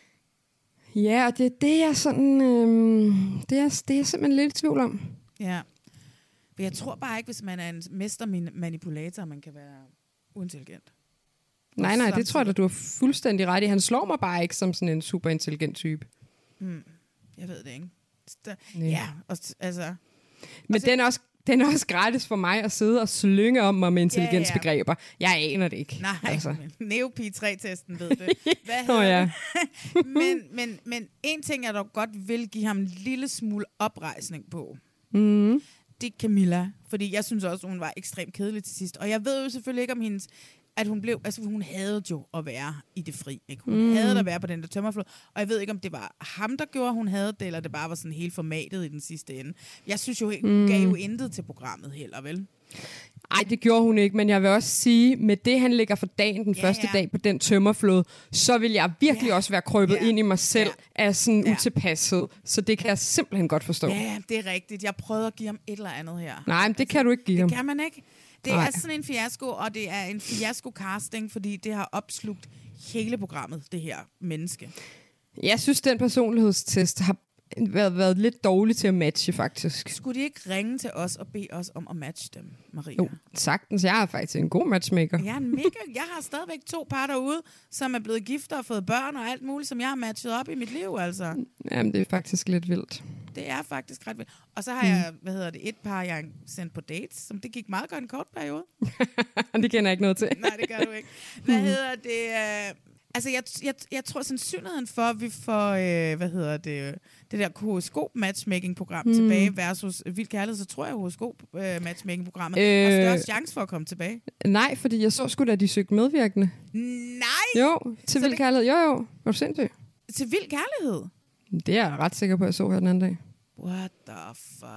Ja, og det, det er sådan, øhm, det, er, det er simpelthen lidt i tvivl om. Ja. Men jeg tror bare ikke, hvis man er en mester manipulator, man kan være uintelligent. Nej, nej, det tror jeg, at du har fuldstændig ret i. Han slår mig bare ikke som sådan en super intelligent type. Hmm. Jeg ved det ikke. St- ja, og, altså... Men og så, den, er også, den er også gratis for mig at sidde og slynge om mig med intelligensbegreber. Ja, ja. Jeg aner det ikke. Nej, altså. Neopi tre-testen ved det. Hvad Nå, ja. men, men, men en ting, jeg dog godt vil give ham en lille smule oprejsning på, mm. det er Camilla. Fordi jeg synes også, hun var ekstremt kedelig til sidst. Og jeg ved jo selvfølgelig ikke om hendes... at hun blev, altså hun havde jo at være i det fri, ikke? Hun mm. havde at være på den der tømmerflod, og jeg ved ikke, om det var ham, der gjorde, hun havde det, eller det bare var sådan helt formatet i den sidste ende. Jeg synes jo, hun mm. gav jo intet til programmet heller, vel? Ej, det gjorde hun ikke, men jeg vil også sige, med det, han lægger for dagen den ja, første ja. dag på den tømmerflod, så vil jeg virkelig ja. også være krøbet ja. ind i mig selv ja. af sådan ja. utilpasset. Så det kan jeg simpelthen godt forstå. Ja, det er rigtigt. Jeg prøvede at give ham et eller andet her. Nej, men det altså, kan du ikke give det ham. Det kan man ikke. Det Nej. er sådan en fiasko, og det er en fiasko-casting, fordi det har opslugt hele programmet, det her menneske. Jeg synes, den personlighedstest har været, været lidt dårlig til at matche, faktisk. Skulle de ikke ringe til os og bede os om at matche dem, Maria? Jo, sagtens. Jeg er faktisk en god matchmaker. Jeg er en mega. Jeg har stadigvæk to par derude, som er blevet gift og fået børn og alt muligt, som jeg har matchet op i mit liv, altså. Jamen, det er faktisk lidt vildt. Det er faktisk ret vildt. Og så har jeg, hvad hedder det, et par, jeg har sendt på dates, som det gik meget godt en kort periode. Det kender jeg ikke noget til. Nej, det gør du ikke. Hvad hedder det? Øh, altså, jeg, jeg, jeg tror sandsynligheden for, at vi får, øh, hvad hedder det, det der horoskop-matchmaking-program mm. tilbage versus Vild Kærlighed, så tror jeg, horoskop-matchmaking-programmet øh, har større chance for at komme tilbage. Nej, fordi jeg så sgu da, de søgte medvirkende. Nej! Jo, til Vild Kærlighed. Jo, jo. Var du sindssyg? Til Vild Kærlighed? Det er jeg ret sikker på, at jeg så her den anden dag. What the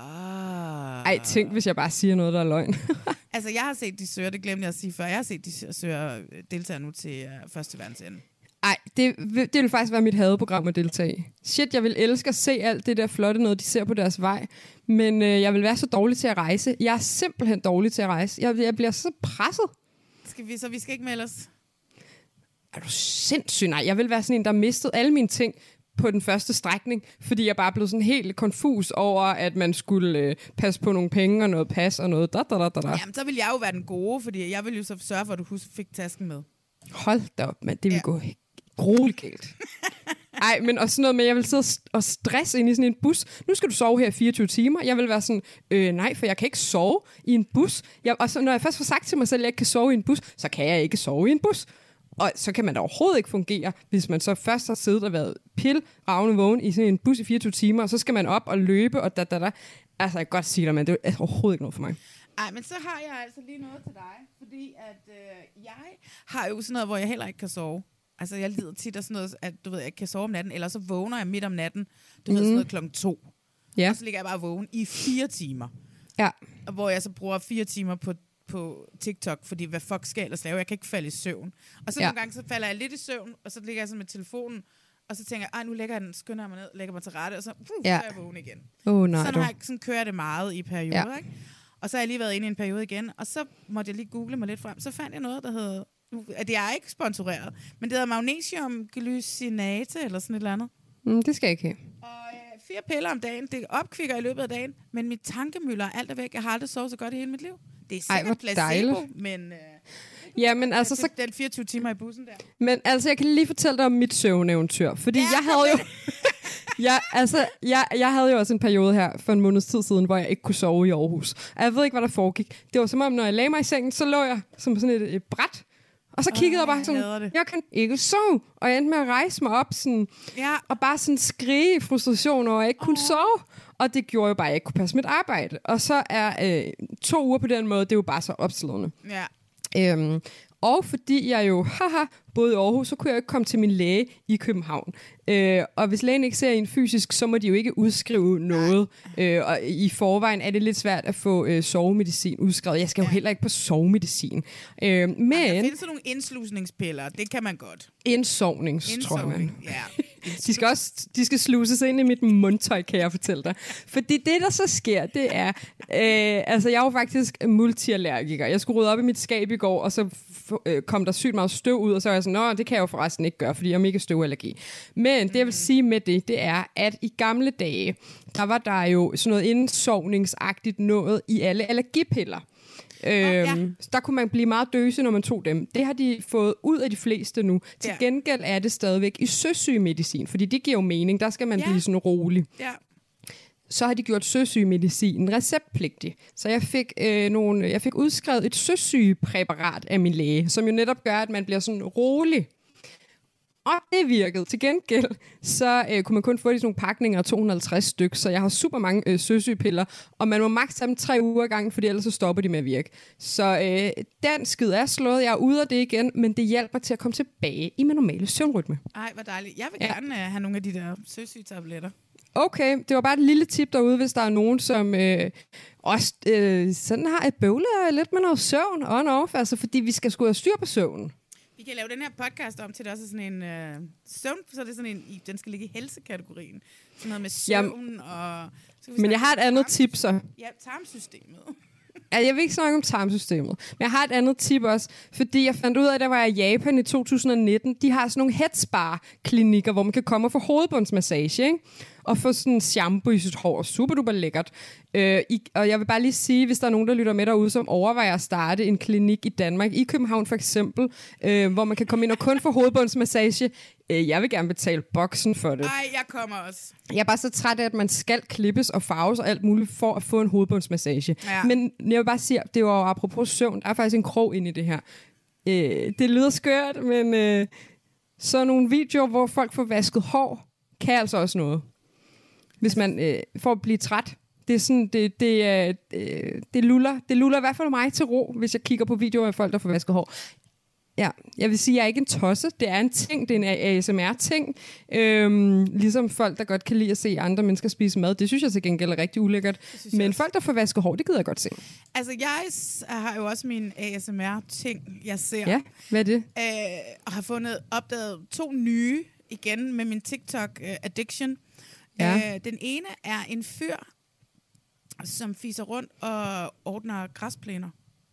fuck? Ej, tænk, hvis jeg bare siger noget, der er løgn. Altså, jeg har set, de søger, det glemte jeg at sige før. Jeg har set, de søger deltager nu til uh, første verdensende. Ej, det, det vil faktisk være mit hadeprogram at deltage i. Shit, jeg vil elske at se alt det der flotte noget, de ser på deres vej. Men øh, jeg vil være så dårlig til at rejse. Jeg er simpelthen dårlig til at rejse. Jeg, jeg bliver så presset. Skal vi, så vi skal ikke melde os? Er du sindssyg? Nej, jeg vil være sådan en, der har mistet alle mine ting på den første strækning, fordi jeg bare blev sådan helt konfus over, at man skulle øh, passe på nogle penge og noget pas og noget da, da, da, da. Jamen, så vil jeg jo være den gode, fordi jeg vil jo så sørge for, at du fik tasken med. Hold da op, mand. Det vil ja. gå grueligt galt. Ej, men også sådan noget med, at jeg vil sidde og stresse ind i sådan en bus. Nu skal du sove her i fireogtyve timer. Jeg vil være sådan, øh, nej, for jeg kan ikke sove i en bus. Jeg, og så, når jeg først får sagt til mig selv, at jeg ikke kan sove i en bus, så kan jeg ikke sove i en bus. Og så kan man da overhovedet ikke fungere, hvis man så først har siddet og været pilravne vågen i sådan en bus i fireogtyve timer, og så skal man op og løbe, og da, da, da. Altså, jeg kan godt sige dig, men det er overhovedet ikke noget for mig. Ej, men så har jeg altså lige noget til dig, fordi at øh, jeg har jo sådan noget, hvor jeg heller ikke kan sove. Altså, jeg lider tit af sådan noget, at du ved, jeg ikke kan sove om natten, eller så vågner jeg midt om natten, du mm. ved, sådan noget klokken to. Ja. Og så ligger jeg bare vågen i fire timer. Ja. Hvor jeg så bruger fire timer på på TikTok, fordi hvad fuck skal jeg ellers lave? Jeg kan ikke falde i søvn. Og så ja. nogle gange, så falder jeg lidt i søvn, og så ligger jeg så med telefonen, og så tænker jeg, ej, nu lægger jeg den, skynder jeg mig ned, lægger mig til rette, og så, uh, ja. så er jeg vågen igen. Oh, nej, sådan, har jeg, sådan kører jeg det meget i perioder, ja. ikke? Og så har jeg lige været inde i en periode igen, og så måtte jeg lige google mig lidt frem, så fandt jeg noget, der hedder, det er ikke sponsoreret, men det hedder magnesiumglycinate, eller sådan et eller andet. Mm, det skal jeg ikke have. Og øh, fire piller om dagen, det opkvikker i løbet af dagen, men mit tankemøller, alt er væk. Jeg har aldrig sovet så godt i hele mit liv. Det er sikkert placebo, men... Øh, Ja, men altså... Så... Den fireogtyve timer i bussen der. Men altså, jeg kan lige fortælle dig om mit søvneventyr. Fordi ja, jeg havde jo... jeg, altså, jeg, jeg havde jo også en periode her for en måneds tid siden, hvor jeg ikke kunne sove i Aarhus. Og jeg ved ikke, hvad der foregik. Det var som om, når jeg lagde mig i sengen, så lå jeg som sådan et, et bræt. Og så kiggede jeg bare sådan, jeg, jeg kan ikke sove. Og jeg endte med at rejse mig op sådan, ja. og bare sådan skrige i frustration over, at jeg ikke kunne oh. sove. Og det gjorde jo bare, at jeg ikke kunne passe mit arbejde. Og så er øh, to uger på den måde, det er jo bare så opslående. Ja. Øhm, og fordi jeg jo haha, boede i Aarhus, så kunne jeg jo ikke komme til min læge i København. Øh, og hvis lægen ikke ser en fysisk, så må de jo ikke udskrive noget. Øh, og i forvejen er det lidt svært at få øh, sovemedicin udskrevet. Jeg skal jo heller ikke på sovemedicin. Øh, men der findes sådan nogle indslusningspiller, det kan man godt. Indsovnings, tror jeg man. Ja. De skal også de skal sluses ind i mit mundtøj, kan jeg fortælle dig. Fordi det, der så sker, det er... Øh, altså, jeg er jo faktisk multiallergiker. Jeg skulle rydde op i mit skab i går, og så f- øh, kom der sygt meget støv ud, og så var jeg sådan, nå, det kan jeg jo forresten ikke gøre, fordi jeg har mega støvallergi. Men det, jeg vil sige med det, det er, at i gamle dage, der var der jo sådan noget indsovningsagtigt noget i alle allergipiller. Øhm, ja. Der kunne man blive meget døse, når man tog dem. Det har de fået ud af de fleste nu. Til ja. gengæld er det stadigvæk i søsygemedicin, fordi det giver jo mening. Der skal man ja. blive sådan rolig. Ja. Så har de gjort søsygemedicinen receptpligtig. Så jeg fik, øh, nogle, jeg fik udskrevet et søsygepræparat af min læge, som jo netop gør, at man bliver sådan rolig. Og det virkede. Til gengæld, så øh, kunne man kun få de sådan nogle pakninger af to hundrede og halvtreds stykker, så jeg har super mange øh, søsygepiller, og man må maks have dem tre uger gang, fordi ellers så stopper de med at virke. Så øh, den skid er slået, jeg er ude af det igen, men det hjælper til at komme tilbage i min normale søvnrytme. Ej, hvor dejligt. Jeg vil ja. gerne uh, have nogle af de der søsygetabletter. Okay, det var bare et lille tip derude, hvis der er nogen, som øh, også øh, sådan har et bøvle lidt med noget søvn on-off, altså fordi vi skal sgu have styr på søvn. Vi kan lave den her podcast om til det også er sådan en øh, søvn, så er det sådan en, den skal ligge i helsekategorien. Sådan noget med søvn Jamen, og... Så men jeg har et andet tip så. Ja, tarmsystemet. Ja, jeg vil ikke snakke om tarmsystemet, men jeg har et andet tip også, fordi jeg fandt ud af, at der var i Japan i to tusind nitten, de har sådan nogle headspa-klinikker, hvor man kan komme og få hovedbundsmassage, ikke? Og få sådan en shampoo i sit hår. Super duper lækkert. Øh, i, og jeg vil bare lige sige, hvis der er nogen, der lytter med derude, som overvejer at starte en klinik i Danmark, i København for eksempel, øh, hvor man kan komme ind og kun få hovedbundsmassage. Øh, jeg vil gerne betale boksen for det. Nej, jeg kommer også. Jeg er bare så træt af, at man skal klippes og farves og alt muligt for at få en hovedbundsmassage. Ja. Men jeg vil bare sige, det var apropos søvn, der er faktisk en krog inde i det her. Øh, det lyder skørt, men øh, så nogle videoer, hvor folk får vasket hår, kan altså også noget. Hvis man øh, får at blive træt. Det er sådan, det, det, øh, det, luller, det luller i hvert fald mig til ro, hvis jeg kigger på videoer af folk, der får vasket hår. Ja, jeg vil sige, at jeg er ikke en tosse. Det er en ting. Det er en A S M R-ting. Øhm, ligesom folk, der godt kan lide at se andre mennesker spise mad. Det synes jeg til gengæld er rigtig ulækkert. Men også. Folk, der får vasket hår, det gider jeg godt se. Altså, jeg har jo også min A S M R-ting, jeg ser. Ja, hvad er det? Øh, og har fundet, opdaget to nye igen med min TikTok-addiction. Ja. Øh, den ene er en fyr, som fiser rundt og ordner græsplæner.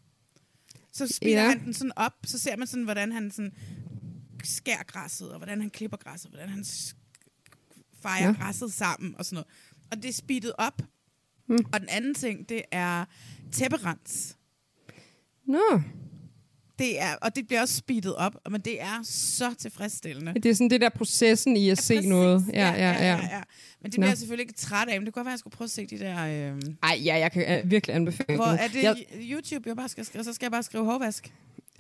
Så spiller ja. han den sådan op, så ser man sådan, hvordan han sådan skærer græsset, og hvordan han klipper græsset, hvordan han fejrer ja. græsset sammen og sådan noget. Og det er speedet op. Mm. Og den anden ting, det er tæpperens. Nå. No. Det er, og det bliver også speedet op, men det er så tilfredsstillende. Det er sådan det der processen i at ja, se præcis. noget. Ja, ja, ja. ja, ja. Men det bliver jeg selvfølgelig ikke træt af, men det kunne godt være, at jeg skulle prøve at se de der... Øh... Ej, ja, jeg kan uh, virkelig anbefale. Hvor er det jeg... YouTube, jeg bare skal skrive, så skal jeg bare skrive hårvask?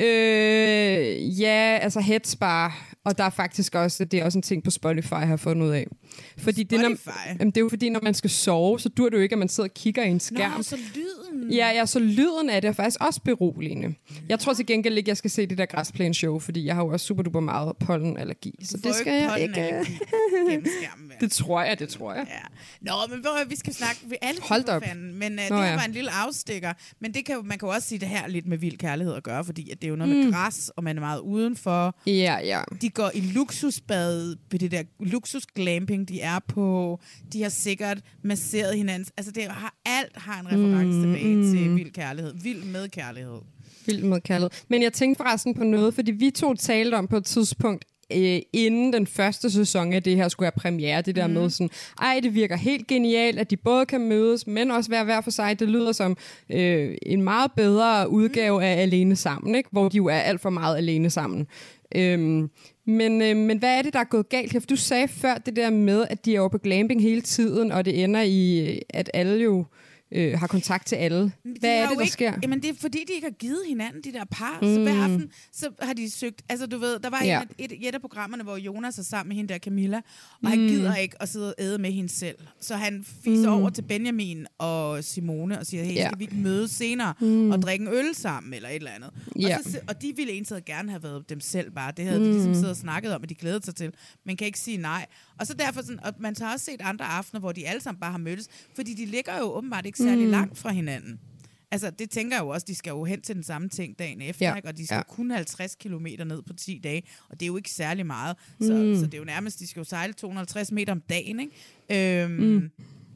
Øh, ja, altså headspa, og der er faktisk også, det er også en ting på Spotify, jeg har fundet ud af. Fordi det, når, jamen, det er jo fordi, når man skal sove, så dur det jo ikke, at man sidder og kigger i en skærm. Nå, så lyden. Ja, ja, så lyden af det er faktisk også beroligende. Jeg tror til gengæld ikke, jeg skal se det der græsplæne-show, fordi jeg har jo også super duper meget pollenallergi. Så det skal jeg ikke. Det tror jeg, det tror jeg. Ja. Nå, men hvor, vi skal snakke ved alle Hold op. Fanden, men uh, Nå, det her ja. var en lille afstikker. Men det kan, man kan jo også sige, det her lidt med vild kærlighed at gøre, fordi at det er jo noget mm. med græs, og man er meget udenfor. Ja, ja. De går i luksusbad, på det der luksusglamping, de er på. De har sikkert masseret hinanden. Altså det har, alt har en reference mm, tilbage mm. til vild kærlighed. Vild med kærlighed. Vild med kærlighed. Men jeg tænkte forresten på noget, fordi vi to talte om på et tidspunkt, øh, inden den første sæson af det her skulle have premiere. Det der mm. med sådan, ej, det virker helt genialt, at de både kan mødes, men også være hver for sig. Det lyder som øh, en meget bedre udgave mm. af Alene Sammen, ikke? Hvor de jo er alt for meget alene sammen. Øhm, men, øh, men hvad er det, der er gået galt her? For du sagde før det der med, at de er over på glamping hele tiden, og det ender i, at alle jo øh, har kontakt til alle. Hvad er det, der ikke, sker? Jamen, det er fordi, de ikke har givet hinanden, de der par. Mm. Så hver aften, så har de søgt... Altså, du ved, der var ja. et, et, et af programmerne, hvor Jonas er sammen med hende der, Camilla, og mm. han gider ikke at sidde og æde med hende selv. Så han fiser mm. over til Benjamin og Simone og siger, hey, ja. skal vi ikke mødes senere mm. og drikke en øl sammen, eller et eller andet. Ja. Og, så, og de ville egentlig gerne have været dem selv bare. Det havde mm. de ligesom siddet og snakket om, at de glædede sig til. Man kan ikke sige nej. Og så derfor sådan, og man har også set andre aftener, hvor de alle sammen bare har mødtes, fordi de ligger jo åbenbart ikke særlig mm. langt fra hinanden. Altså, det tænker jeg jo også, de skal jo hen til den samme ting dagen efter, ja. ikke? Og de skal ja. kun halvtreds kilometer ned på ti dage, og det er jo ikke særlig meget. Så, mm. så det er jo nærmest, de skal jo sejle to hundrede og halvtreds meter om dagen, ikke? Øhm, mm.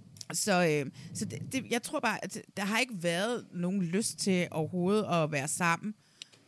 Så, øh, så det, det, jeg tror bare, at der har ikke været nogen lyst til overhovedet at være sammen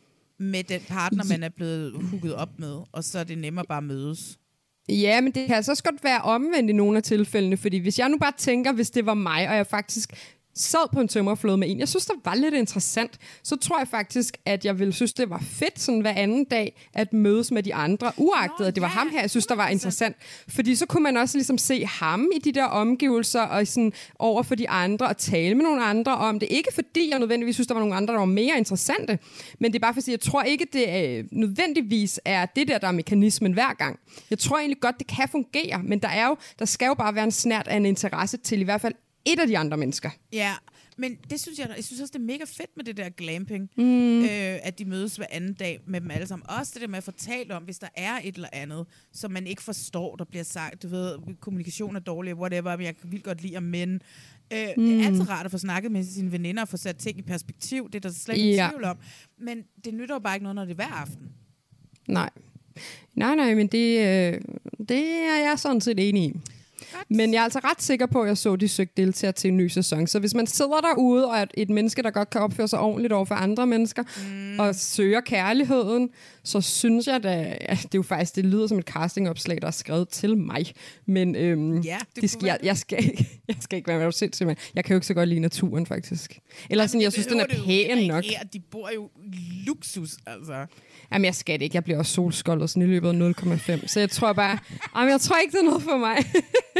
med den partner, man er blevet hooket op med, og så er det nemmere bare at mødes. Ja, men det kan så godt være omvendt i nogle af tilfældene, fordi hvis jeg nu bare tænker, hvis det var mig, og jeg faktisk sad på en tømmerflåde med en, jeg synes, det var lidt interessant, så tror jeg faktisk, at jeg ville synes, det var fedt sådan hver anden dag, at mødes med de andre, uagtet, Nå, at det var ja, ham her, jeg synes, der var interessant. Fordi så kunne man også ligesom se ham i de der omgivelser, og sådan over for de andre, og tale med nogle andre om det. Ikke fordi jeg nødvendigvis synes, der var nogle andre, der var mere interessante, men det er bare for at sige, jeg tror ikke, det øh, nødvendigvis er det der, der er mekanismen hver gang. Jeg tror egentlig godt, det kan fungere, men der er jo, der skal jo bare være en snert af en interesse til i hvert fald et af de andre mennesker. Ja, men det synes jeg, jeg synes også, det er mega fedt med det der glamping, mm. øh, at de mødes hver anden dag med dem alle sammen. Også det der med at fortælle om, hvis der er et eller andet, som man ikke forstår, der bliver sagt. Du ved, kommunikation er dårlig, whatever, men jeg kan vildt godt lide om mænd. Øh, mm. Det er altid rart at få snakket med sine veninder og få sat ting i perspektiv. Det er der slet ikke ja. tvivl om. Men det nytter jo bare ikke noget, når det er hver aften. Nej. Nej, nej, men det, øh, det er jeg sådan set enig i. Men jeg er altså ret sikker på, at jeg så, de søgte deltager til en ny sæson. Så hvis man sidder derude og er et menneske, der godt kan opføre sig ordentligt over for andre mennesker, mm. og søger kærligheden, så synes jeg da, ja, det er jo faktisk, det lyder som et castingopslag, der er skrevet til mig. Men øhm, ja, det det skal, jeg, jeg, skal ikke, jeg skal ikke være med sindssygt, men jeg kan jo ikke så godt lide naturen, faktisk. Eller Ej, sådan, jeg synes, den er pæn nok. Her, de bor jo luksus, altså. Jamen, jeg skal det ikke. Jeg bliver også solskoldet sådan i løbet af nul komma fem. Så jeg tror bare, jamen, jeg tror ikke, det er noget for mig.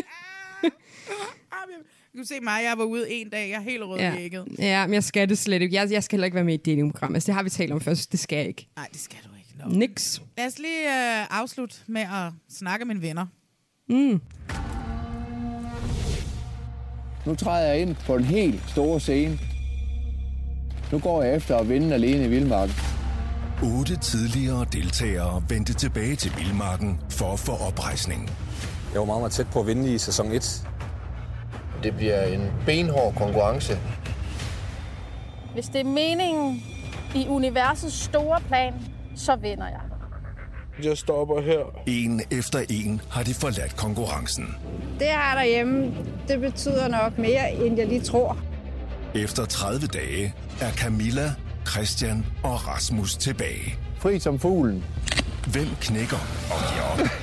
Du kan se mig, jeg var ude en dag, jeg er helt rød i ægget. Ja, men jeg skal det slet ikke. Jeg, jeg skal heller ikke være med i et datingprogram. Altså, det har vi talt om først. Det skal jeg ikke. Nej, det skal du ikke. No. Niks. Lad os lige uh, afslutte med at snakke med mine venner. Mm. Nu træder jeg ind på den helt store scene. Nu går jeg efter at vinde alene i Vildmarken. Otte tidligere deltagere vendte tilbage til Vildmarken for at få oprejsning. Jeg var meget, meget tæt på at vinde i sæson et. Det bliver en benhård konkurrence. Hvis det er meningen i universets store plan, så vinder jeg. Jeg stopper her. En efter en har de forladt konkurrencen. Det her derhjemme, det betyder nok mere, end jeg lige tror. Efter tredive dage er Camilla, Christian og Rasmus tilbage. Fri som fuglen. Hvem knækker og giver op?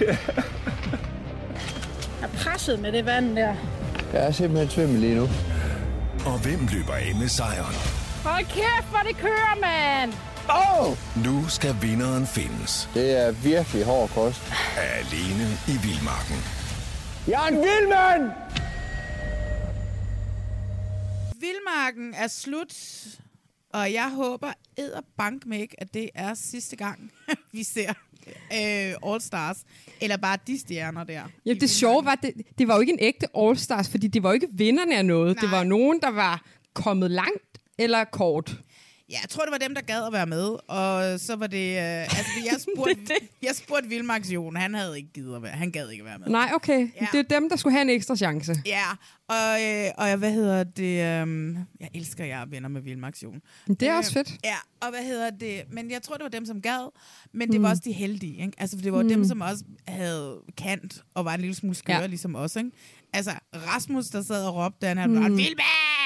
Jeg er presset med det vand der. Jeg er simpelthen svimmel lige nu. Og hvem løber af med sejren? Hold kæft, hvor det kører, mand! Oh! Nu skal vinderen findes. Det er virkelig hård kost. Alene i Vildmarken. Jeg er en vildmand! Vildmarken er slut, og jeg håber edderbank med ikke, at det er sidste gang, vi ser øh, All Stars. Eller bare de stjerner der. Ja, det sjove var, det, det var jo ikke en ægte All Stars, fordi det var jo ikke vinderne af noget. Nej. Det var nogen, der var kommet langt eller kort. Ja, jeg tror, det var dem, der gad at være med. Og så var det... Øh, altså, jeg spurgte, det, det. jeg spurgte Vildmarks Jon, han havde ikke givet at være. Han gad ikke at være med. Nej, okay. Ja. Det er dem, der skulle have en ekstra chance. Ja, og, øh, og hvad hedder det... Øh, jeg elsker, jeg er venner med Vildmarks Jon. Det er øh, også fedt. Ja, og hvad hedder det... Men jeg tror, det var dem, som gad. Men det mm. var også de heldige, ikke? Altså, det var mm. dem, som også havde kant og var en lille smule skøre, ja. Ligesom os, ikke? Altså, Rasmus, der sad og råbte, han havde mm. Vildmand!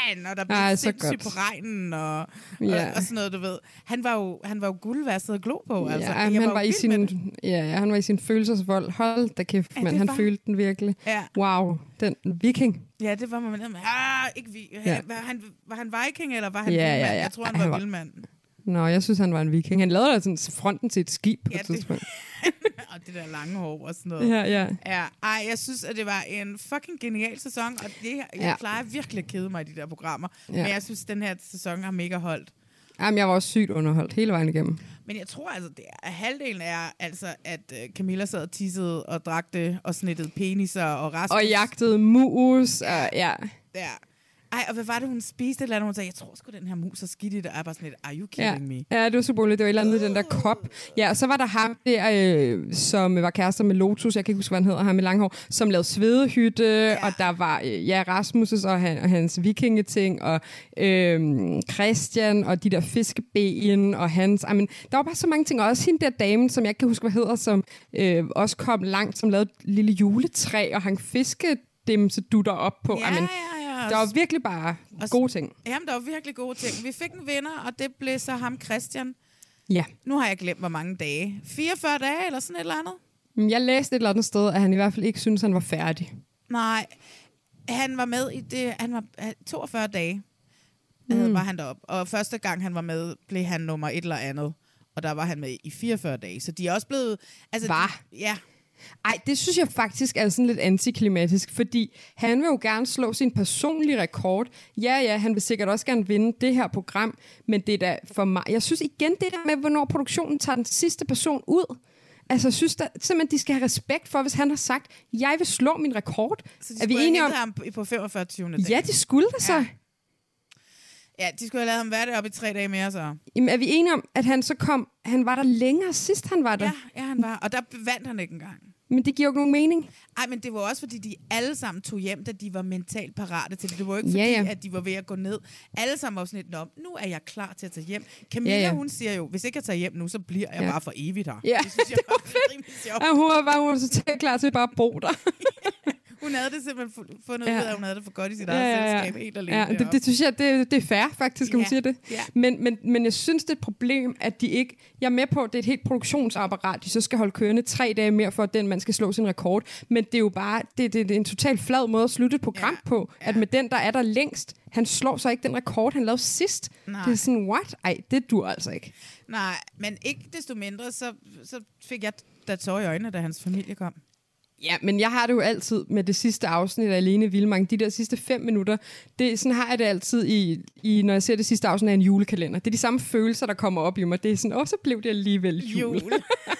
regn, og der blev Ej, sindssygt på regnen, og, ja. og, og sådan noget, du ved. Han var jo, han var jo guld værd at sidde og glo på. Altså. Ja, han var, var i sin, ja, han var i sin følelsesvold. Hold da kæft, ja, mand. Han var... følte den virkelig. Ja. Wow, den viking. Ja, det var man med. Ah, ikke vi. Ja. Var, han, var han viking, eller var han ja, vildmand? Ja, ja. Jeg tror, han, han var, var vildmand. Nå, jeg synes, han var en viking. Han lavede da sådan fronten til et skib på ja, et tidspunkt. Og det der lange hår og sådan noget. Ja, ja. ja. Ej, jeg synes, at det var en fucking genial sæson, og det, jeg ja. plejer virkelig at kede mig i de der programmer. Ja. Men jeg synes, at den her sæson har mega holdt. Jamen, jeg var også sygt underholdt hele vejen igennem. Men jeg tror altså, det er, at halvdelen er altså, at uh, Camilla sad og tissede og drak det og snittede peniser og Rasmus. Og jagtede mus, ja. og ja. Ja. Ej, og hvad var det, hun spiste? Eller hun sagde, jeg tror sgu, den her mus er skidt i det. Og er bare sådan lidt, are you kidding ja. me? Ja, det var super lidt. Det var et eller andet, uh. den der kop. Ja, og så var der ham der, øh, som var kærester med Lotus, jeg kan ikke huske, hvad han hedder, ham med langhår, som lavede svedehytte, ja. og der var, øh, ja, Rasmus' og, han, og hans vikingeting, og øh, Christian, og de der fiskeben, og hans, I mean, der var bare så mange ting. Og også hende der dame, som jeg ikke kan huske, hvad hedder, som øh, også kom langt, som lavede et lille juletræ, og hang fiskedimsedutter op på. Ja, I mean, ja, ja. Der var virkelig bare gode ting. Jamen, der var virkelig gode ting. Vi fik en vinder, og det blev så ham, Christian. Ja. Nu har jeg glemt, hvor mange dage. fireogfyrre dage, eller sådan et eller andet? Jeg læste et eller andet sted, at han i hvert fald ikke synes han var færdig. Nej. Han var med i det... Han var toogfyrre dage, mm. var han deroppe. Og første gang, han var med, blev han nummer et eller andet. Og der var han med i fireogfyrre dage. Så de er også blevet... Altså, Var? De, ja. Ej, det synes jeg faktisk er sådan lidt antiklimatisk, fordi han vil jo gerne slå sin personlige rekord. Ja, ja, han vil sikkert også gerne vinde det her program, men det er da for mig... Jeg synes igen, det der med, hvornår produktionen tager den sidste person ud. Altså, jeg synes da, simpelthen, de skal have respekt for, hvis han har sagt, jeg vil slå min rekord. Så de er vi enige om ham på femogfyrre tyvende dag? Ja, de skulle da så. Ja. Ja, de skulle have lavet ham være deroppe i tre dage mere, så. Jamen, er vi enige om, at han så kom... Han var der længere sidst, han var der? Ja, ja, han var. Og der vandt han ikke engang. Men det giver jo ikke nogen mening. Nej, men det var også, fordi de alle sammen tog hjem, da de var mentalt parate til det. Det var jo ikke fordi, ja, ja. at de var ved at gå ned. Alle sammen var sådan lidt, nå, nu er jeg klar til at tage hjem. Camilla, ja, ja. hun siger jo, hvis ikke jeg tager hjem nu, så bliver jeg ja. bare for evigt her. Ja, det synes jeg det var fedt. Ja, hun var bare hun var så klar til at bare bo der. Hun havde det simpelthen fundet ja. ud af, at hun havde det for godt i sit ja, eget ja, ja. selskab helt alene. Ja, det, det synes jeg, det, det er fair faktisk, at hun ja. siger det. Ja. Men, men, men jeg synes, det er et problem, at de ikke... Jeg er med på, at det er et helt produktionsapparat, de så skal holde kørende tre dage mere, for at den man skal slå sin rekord. Men det er jo bare... Det, det, det er en totalt flad måde at slutte et program ja. på. At med den, der er der længst, han slår så ikke den rekord, han lavede sidst. Nej. Det er sådan, what? Ej, det dur altså ikke. Nej, men ikke desto mindre, så, så fik jeg da tår i øjnene, da hans familie kom. Ja, men jeg har det jo altid med det sidste afsnit af Lene Vildmarken. De der sidste fem minutter, det, sådan har jeg det altid, i, i, når jeg ser det sidste afsnit af en julekalender. Det er de samme følelser, der kommer op i mig. Det er sådan, åh, så blev det alligevel jul. jul.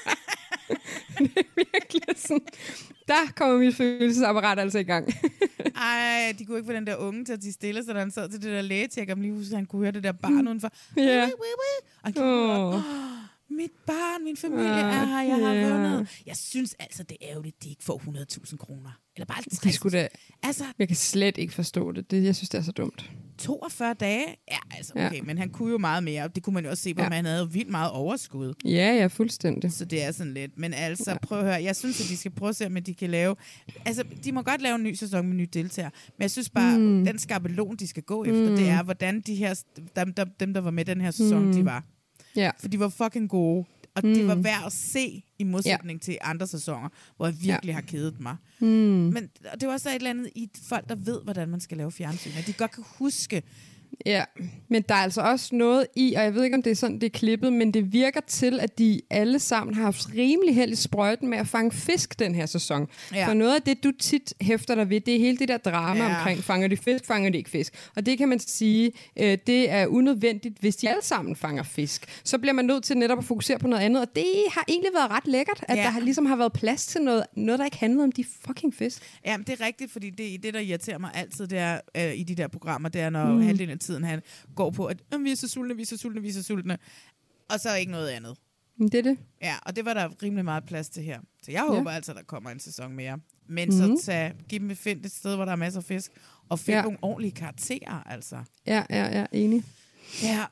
Det er virkelig sådan, der kommer mit følelsesapparat altså i gang. Ej, de kunne ikke få den der unge til at tage stille, så han sad til det der lægetjek om lige huset, han kunne høre det der barn mm. udenfor. Ja. Og oh. oh, mit barn, min familie er her, jeg har yeah. vundet. Jeg synes altså, det er ærgerligt, at de ikke får hundrede tusind kroner. Eller bare halvtreds tusind. Altså, jeg kan slet ikke forstå det. det. Jeg synes, det er så dumt. toogfyrre dage? Ja, altså okay, ja. Men han kunne jo meget mere. Det kunne man jo også se, hvor ja. man havde vildt meget overskud. Ja, ja, fuldstændig. Så det er sådan lidt. Men altså, ja. prøv at høre. Jeg synes, at de skal prøve at se, om de kan lave... Altså, de må godt lave en ny sæson med nye deltagere. Men jeg synes bare, mm. den skabelon, de skal gå efter, mm. det er, hvordan de her... Dem, der, dem, der var med den her sæson, mm. de var. Ja. For de var fucking gode. Og mm. det var værd at se i modsætning ja. til andre sæsoner, hvor jeg virkelig ja. har kedet mig. Mm. Men det var også et eller andet i folk, der ved, hvordan man skal lave fjernsyn. At de godt kan huske... Ja, men der er altså også noget i, og jeg ved ikke, om det er sådan, det er klippet, men det virker til, at de alle sammen har haft rimelig held i sprøjten med at fange fisk den her sæson. Ja. For noget af det, du tit hæfter dig ved, det er hele det der drama ja. omkring, fanger de fisk, fanger de ikke fisk. Og det kan man sige, øh, det er unødvendigt, hvis de alle sammen fanger fisk. Så bliver man nødt til netop at fokusere på noget andet, og det har egentlig været ret lækkert, at ja. der ligesom har været plads til noget, noget, der ikke handlede om de fucking fisk. Ja, men det er rigtigt, fordi det, det der irriterer mig altid, det er øh, i de der programmer, det er, når mm. halvdelen af tiden han går på, at vi er så sultne, vi er så sultne, vi er så sultne, og så er ikke noget andet. Det er det. Ja, og det var der rimelig meget plads til her. Så jeg håber ja. altså, der kommer en sæson mere. Men mm-hmm. så tag, giv dem find et sted, hvor der er masser af fisk, og find ja. nogle ordentlige karakterer, altså. Ja, ja, ja, enig. Ja,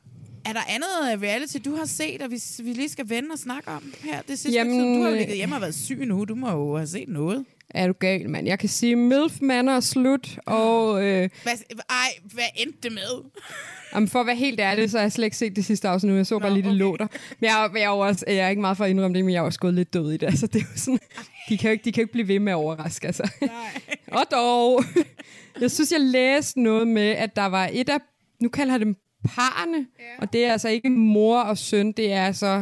Er der andet reality, du har set, og vi, vi lige skal vende og snakke om her? Det sidste Jamen, tid, du har jo ligget hjemme og været syg nu. Du må jo have set noget. Er du gal, mand? Jeg kan sige, MILF Manor er slut, og... Øh, hvad, ej, hvad endte det med? Jamen, for at være helt ærlig, så har jeg slet ikke set det sidste afsnit nu. Jeg så Nå, bare lige, det okay. lå der. Men jeg, jeg, er også, jeg er ikke meget for at indrømme det, men jeg er også gået lidt død i det. Altså, det er jo sådan, de kan jo ikke, de kan jo ikke blive ved med at overraske, altså. Nej. Og dog. Jeg synes, jeg læste noget med, at der var et af... Nu kalder jeg dem parne, ja. Og det er altså ikke mor og søn, det er altså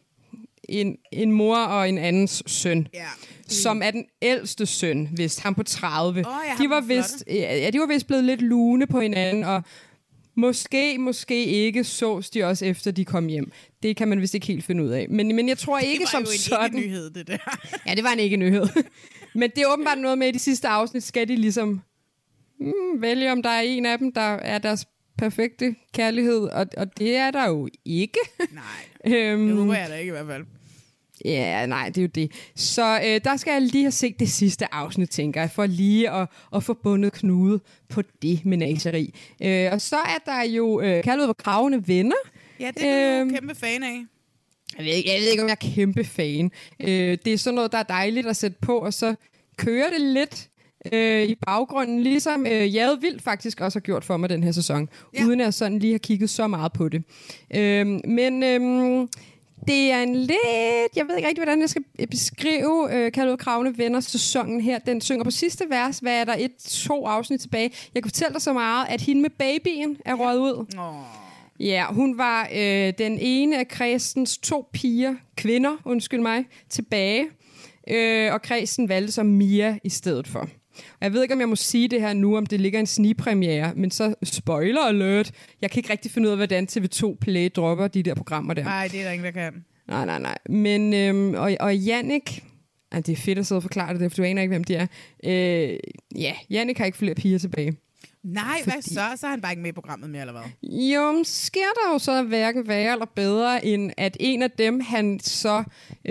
en, en mor og en andens søn. Ja. Som er den ældste søn, vist. Han på tredive. Oh, ja, de, var vist, ja, de var vist blevet lidt lune på hinanden, og måske, måske ikke sås de også efter de kom hjem. Det kan man vist ikke helt finde ud af. Men, men jeg tror det ikke som sådan... Det var jo en ikke-nyhed, det der. Ja, det var en ikke-nyhed. Men det er åbenbart noget med, at i de sidste afsnit skal de ligesom hmm, vælge, om der er en af dem, der er deres perfekte kærlighed, og, og det er der jo ikke. Nej, øhm, det håber jeg da ikke i hvert fald. Ja, nej, det er jo det. Så øh, der skal jeg lige have set det sidste afsnit, tænker jeg, for lige at, at få bundet knude på det menageri. Øh, og så er der jo øh, kaldet hvor kragende venner. Ja, det er du øhm, kæmpe fan af. Jeg ved, ikke, jeg ved ikke, om jeg er kæmpe fan. Øh, det er sådan noget, der er dejligt at sætte på, og så kører det lidt øh, i baggrunden, ligesom øh, Jade Vildt faktisk også har gjort for mig den her sæson, ja. Uden at jeg sådan lige har kigget så meget på det. Øh, men... Øh, Det er en lidt... Jeg ved ikke rigtig, hvordan jeg skal beskrive øh, Kaldet Kravende Venner sæsonen her. Den synger på sidste vers. Hvad er der? Et, to afsnit tilbage. Jeg kan fortælle dig så meget, at hende med babyen er røget ud. Oh. Ja, hun var øh, den ene af kredsens to piger, kvinder, undskyld mig, tilbage. Øh, og kredsen valgte så Mia i stedet for. Og jeg ved ikke, om jeg må sige det her nu, om det ligger en snigpremiere, men så spoiler alert. Jeg kan ikke rigtig finde ud af, hvordan T V to Play dropper de der programmer der. Nej, det er der ingen, der kan. Nej, nej, nej. Men, øhm, og, og Jannik... Ah, det er fedt at sidde og forklare det, for du aner ikke, hvem de er. Øh, ja, Jannik har ikke flere piger tilbage. Nej, fordi... hvad så? Så er han bare ikke med i programmet mere, eller hvad? Jo, sker der jo så hverken værre eller bedre, end at en af dem, han så...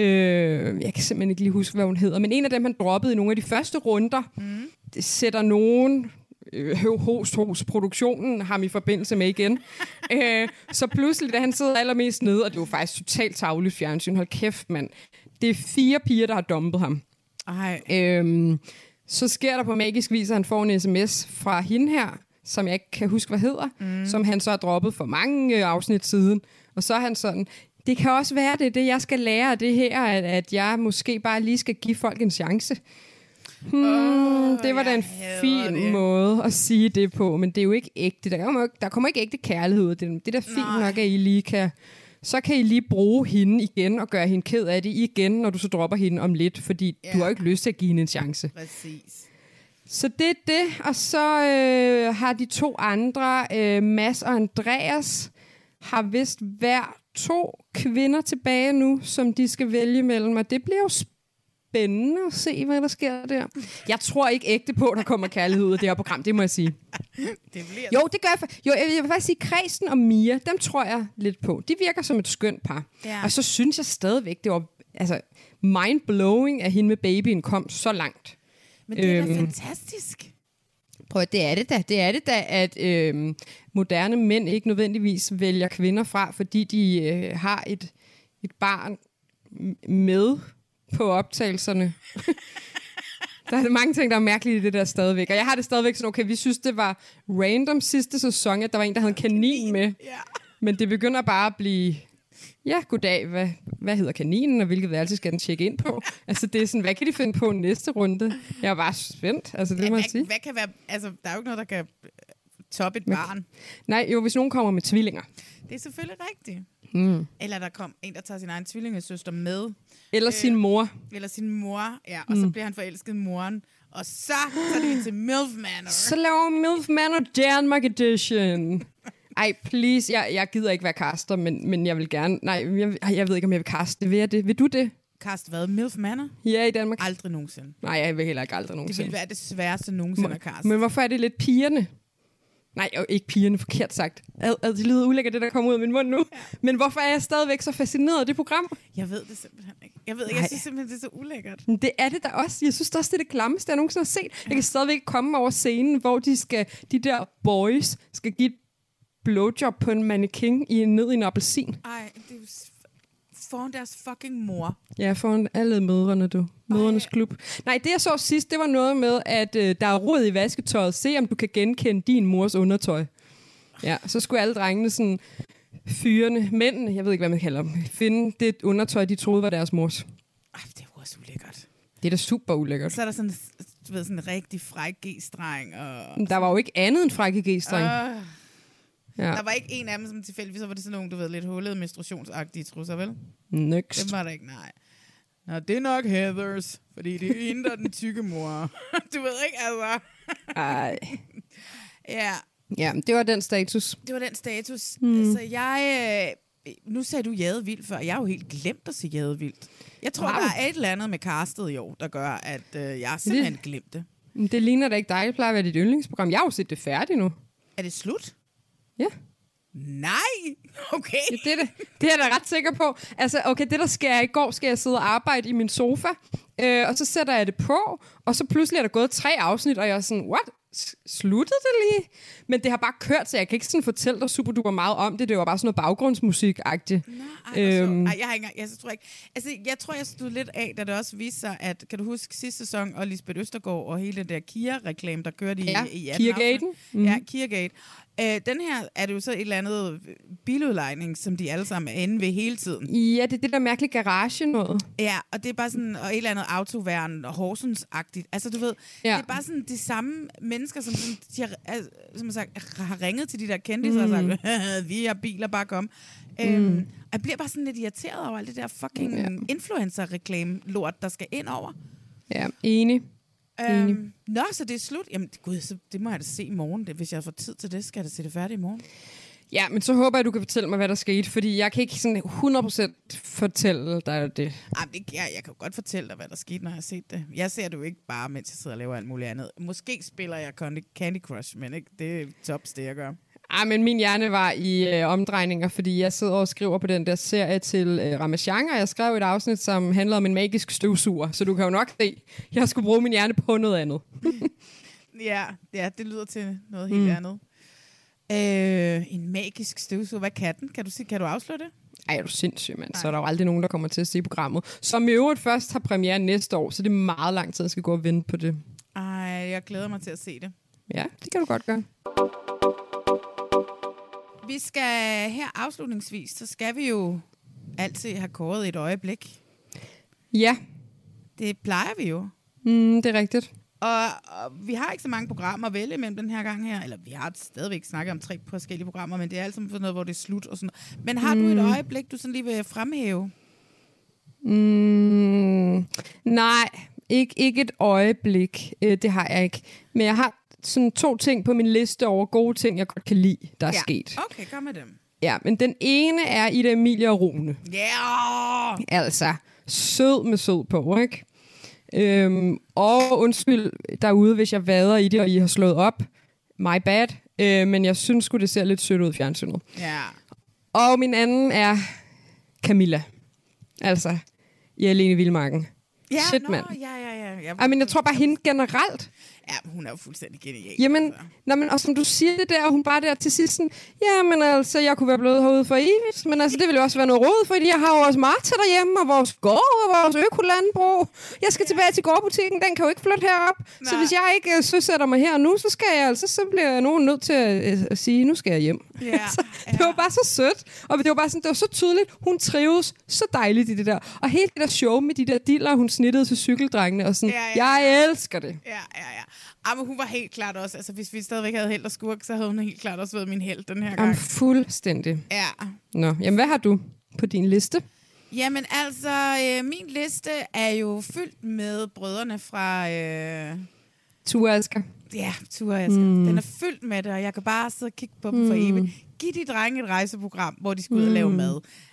Øh, jeg kan simpelthen ikke lige huske, hvad hun hedder, men en af dem, han droppede i nogle af de første runder, mm. sætter nogen... host hos produktionen ham i forbindelse med igen. øh, så pludselig, da han sidder allermest nede, og det var faktisk totalt tarveligt fjernsyn, hold kæft, mand. Det er fire piger, der har dumpet ham. Ej. Øhm, så sker der på magisk vis, at han får en sms fra hende her, som jeg ikke kan huske, hvad hedder, mm. som han så har droppet for mange afsnit siden. Og så er han sådan, det kan også være, det er det, jeg skal lære af det her, at, at jeg måske bare lige skal give folk en chance. Hmm, oh, det var da en fin det. måde at sige det på, men det er jo ikke ægte. Der kommer ikke, der kommer ikke ægte kærlighed ud af det. Det er da fint Nej. nok, at I lige kan... Så kan I lige bruge hende igen og gøre hende ked af det igen, når du så dropper hende om lidt, fordi ja. du har ikke lyst til at give hende en chance. Præcis. Så det er det, og så øh, har de to andre, øh, Mads og Andreas, har vist hver to kvinder tilbage nu, som de skal vælge mellem, og det bliver jo spændende at se, hvad der sker der. Jeg tror ikke ægte på, at der kommer kærlighed ud af det her program, det må jeg sige. Det bliver jo, det gør jeg. Jo, jeg vil faktisk sige, Kredsen og Mia, dem tror jeg lidt på. De virker som et skønt par. Ja. Og så synes jeg stadigvæk, det var altså mind-blowing, at hende med babyen kom så langt. Men det er øhm, da fantastisk. Prøv at det er det da. Det er det da, at øhm, moderne mænd ikke nødvendigvis vælger kvinder fra, fordi de øh, har et, et barn med på optagelserne. Der er mange ting, der er mærkeligt i det der stadigvæk. Og jeg har det stadigvæk sådan, okay, vi synes, det var random sidste sæson, at der var en, der havde en kanin med. Men det begynder bare at blive... Ja, goddag, hvad, hvad hedder kaninen, og hvilket værelse skal den tjekke ind på? Altså, det er sådan, hvad kan de finde på næste runde? Jeg er bare spændt, altså det ja, må hvad, jeg sige. Hvad kan være... Altså, der er jo ikke noget, der kan toppe et barn. Nej, jo, hvis nogen kommer med tvillinger. Det er selvfølgelig rigtigt. Mm. Eller der kom en, der tager sin egen tvillingesøster med. Eller øh, sin mor. Eller sin mor, ja. Og mm. så bliver han forelsket i moren. Og så tager de til MILF Manor. Så laver MILF Manor Danmark Edition. Ej, please. Jeg, jeg gider ikke være caster, men, men jeg vil gerne... Nej, jeg, jeg ved ikke, om jeg vil caste. Vil jeg det? Vil du det? Cast hvad? MILF Manor? Ja, i Danmark. Aldrig nogensinde. Nej, jeg vil heller ikke aldrig nogensinde. Det vil være det sværeste nogensinde at caste. Men hvorfor er det lidt pigerne? Nej, jo, ikke pigerne, forkert sagt. Ad, ad, det lyder ulækkert, det der kommer ud af min mund nu. Ja. Men hvorfor er jeg stadigvæk så fascineret af det program? Jeg ved det simpelthen ikke. Jeg ved ikke, jeg synes simpelthen, det er så ulækkert. Det er det da også. Jeg synes også, det er det klammeste, jeg nogensinde har set. Ja. Jeg kan stadigvæk komme over scenen, hvor de skal, de der boys skal give blowjob på en mannequin i, ned i en appelsin. Ej, det er jo foran deres fucking mor. Ja, foran alle mødrene, du. Mødrenes klub. Nej, det jeg så sidst, det var noget med, at øh, der er rod i vasketøjet. Se, om du kan genkende din mors undertøj. Ja, så skulle alle drengene sådan... Fyrene, mændene, jeg ved ikke, hvad man kalder dem, finde det undertøj, de troede var deres mors. Ej, det er jo også ulækkert. Det er da super ulækkert. Så er der sådan, du ved, sådan en rigtig fræk G-streng. Og der var jo ikke andet end frække G-streng. Uh, ja. Der var ikke en af dem, som tilfældigvis, så var det sådan nogle, du ved, lidt hullede menstruationsagtige trusser, vel? Next. Det var der ikke, nej. Nå, det er nok Heathers, fordi det er hende, der er den tykke mor. Du ved ikke, altså. Ej. Ja. Ja, det var den status. Det var den status. Mm. Så jeg... Øh, nu sagde du Jadevildt før. Jeg har jo helt glemt at sige Jadevildt. Jeg tror, wow. der er et eller andet med castet i år, der gør, at øh, jeg simpelthen det, glemt det. Det ligner da ikke dig. Det plejer at være dit yndlingsprogram. Jeg har jo set det færdigt nu. Er det slut? Ja. Nej! Okay. Ja, det, er det. det er jeg da ret sikker på. Altså, okay, det der sker i går, skal jeg sidde og arbejde i min sofa, øh, og så sætter jeg det på, og så pludselig er der gået tre afsnit, og jeg er sådan, what? Sluttede det lige? Men det har bare kørt, så jeg kan ikke sådan fortælle dig super duper meget om det. Det var bare sådan noget baggrundsmusik-agtigt. Ej, øhm. ej, jeg har ikke jeg tror ikke. Altså, jeg tror, jeg stod lidt af, da det også viste sig, at, kan du huske sidste sæson, og Lisbeth Østergaard og hele den der Kia-reklame, der kørte i, ja, i Kia-gaten. Mm. Ja, Kia-gate. Øh, den her er det jo så et eller andet biludlejning, som de alle sammen er inde ved hele tiden. Ja, det er det der mærkelige garage noget. Ja, og det er bare sådan, og et eller andet autoværn, Horsens-agtigt. Altså, du ved, ja. Det er bare sådan de samme mennesker, som, sådan, de har, altså, som har, sagt, har ringet til de der kendtiser mm. og sagt, vi har biler, bare kom. Mm. Øhm, og jeg bliver bare sådan lidt irriteret over alt det der fucking ja. influencer-reklame-lort, der skal ind over. Ja, enig. Øhm, nå, så det er slut. Jamen, gud, så det må jeg da se i morgen. Det, hvis jeg får tid til det, skal jeg da se det færdigt i morgen. Ja, men så håber jeg, du kan fortælle mig, hvad der skete, fordi jeg kan ikke sådan hundrede procent fortælle dig det. Ej, det jeg, jeg kan jo godt fortælle dig, hvad der skete, når jeg har set det. Jeg ser det jo ikke bare, mens jeg sidder og laver alt muligt andet. Måske spiller jeg Candy Crush, men ikke, det er tops, det jeg gør. Ej, men min hjerne var i øh, omdrejninger, fordi jeg sidder og skriver på den der serie til øh, Ramachan, og jeg skrev et afsnit, som handlede om en magisk støvsuger, så du kan jo nok se, jeg skulle bruge min hjerne på noget andet. ja, ja, det lyder til noget helt mm. andet. Øh, en magisk støvsuger, hvad kan den? Kan du, sige, kan du afsløre det? Ej, er du sindssyg, mand. Så er der jo aldrig nogen, der kommer til at se programmet. Som i øvrigt først har premiere næste år, så det er meget lang tid, at jeg skal gå og vente på det. Ej, jeg glæder mig til at se det. Ja, det kan du godt gøre. Vi skal her afslutningsvis, så skal vi jo altid have kåret et øjeblik. Ja. Det plejer vi jo. Mm, det er rigtigt. Og, og vi har ikke så mange programmer at vælge mellem den her gang her. Eller vi har stadigvæk snakket om tre forskellige programmer, men det er altid sådan noget, hvor det er slut og sådan noget. Men har mm. du et øjeblik, du sådan lige vil fremhæve? Mm, nej, ikke, ikke et øjeblik. Øh, det har jeg ikke. Men jeg har sådan to ting på min liste over gode ting, jeg godt kan lide, der er ja. sket. Okay, kom med dem. Ja, men den ene er Ida Emilie og Rune. Ja! Yeah. Altså, sød med sød på, ikke? Øhm, og undskyld derude, hvis jeg vader i det, og I har slået op. My bad. Øh, men jeg synes sgu, det ser lidt sødt ud i fjernsynet. Ja. Og min anden er Camilla. Altså, i Alene Vildmarken. Ja, shit, nå, mand. ja, ja, ja. Jeg, Ej, men jeg tror bare, hende generelt. Ja, hun er jo fuldstændig genial. Jamen, altså. nå, men, og som du siger det der, hun bare der til sidst sådan, jamen altså, jeg kunne være blevet herude for evigt, men altså, det ville jo også være noget råd, fordi jeg har jo også Martha derhjemme, og vores gård, og vores økolandbrug. Jeg skal ja. tilbage til gårdbutikken, den kan jo ikke flytte herop. Nej. Så hvis jeg ikke uh, søsætter mig her nu, så skal jeg altså, så bliver jeg nogen nødt til at, uh, at sige, nu skal jeg hjem. Ja. så, ja. Det var bare så sødt, og det var bare sådan, det var så tydeligt, hun trives så dejligt i det der. Og hele det der show med de der diller, hun snittede til cykeldrengene, og sådan, ja, ja. jeg elsker det. Ja, ja, ja. Ah, men hun var helt klart også, altså hvis vi stadigvæk havde held og skurk, så havde hun helt klart også været min held den her gang. Jamen, fuldstændig. Ja. Nå, jamen hvad har du på din liste? Jamen altså, øh, min liste er jo fyldt med brødrene fra... Øh... Ture Asger. Ja, Ture Asger. Mm. Den er fyldt med det, og jeg kan bare sidde og kigge på dem mm. for evigt. Giv de drenge et rejseprogram, hvor de skal ud mm. og lave mad.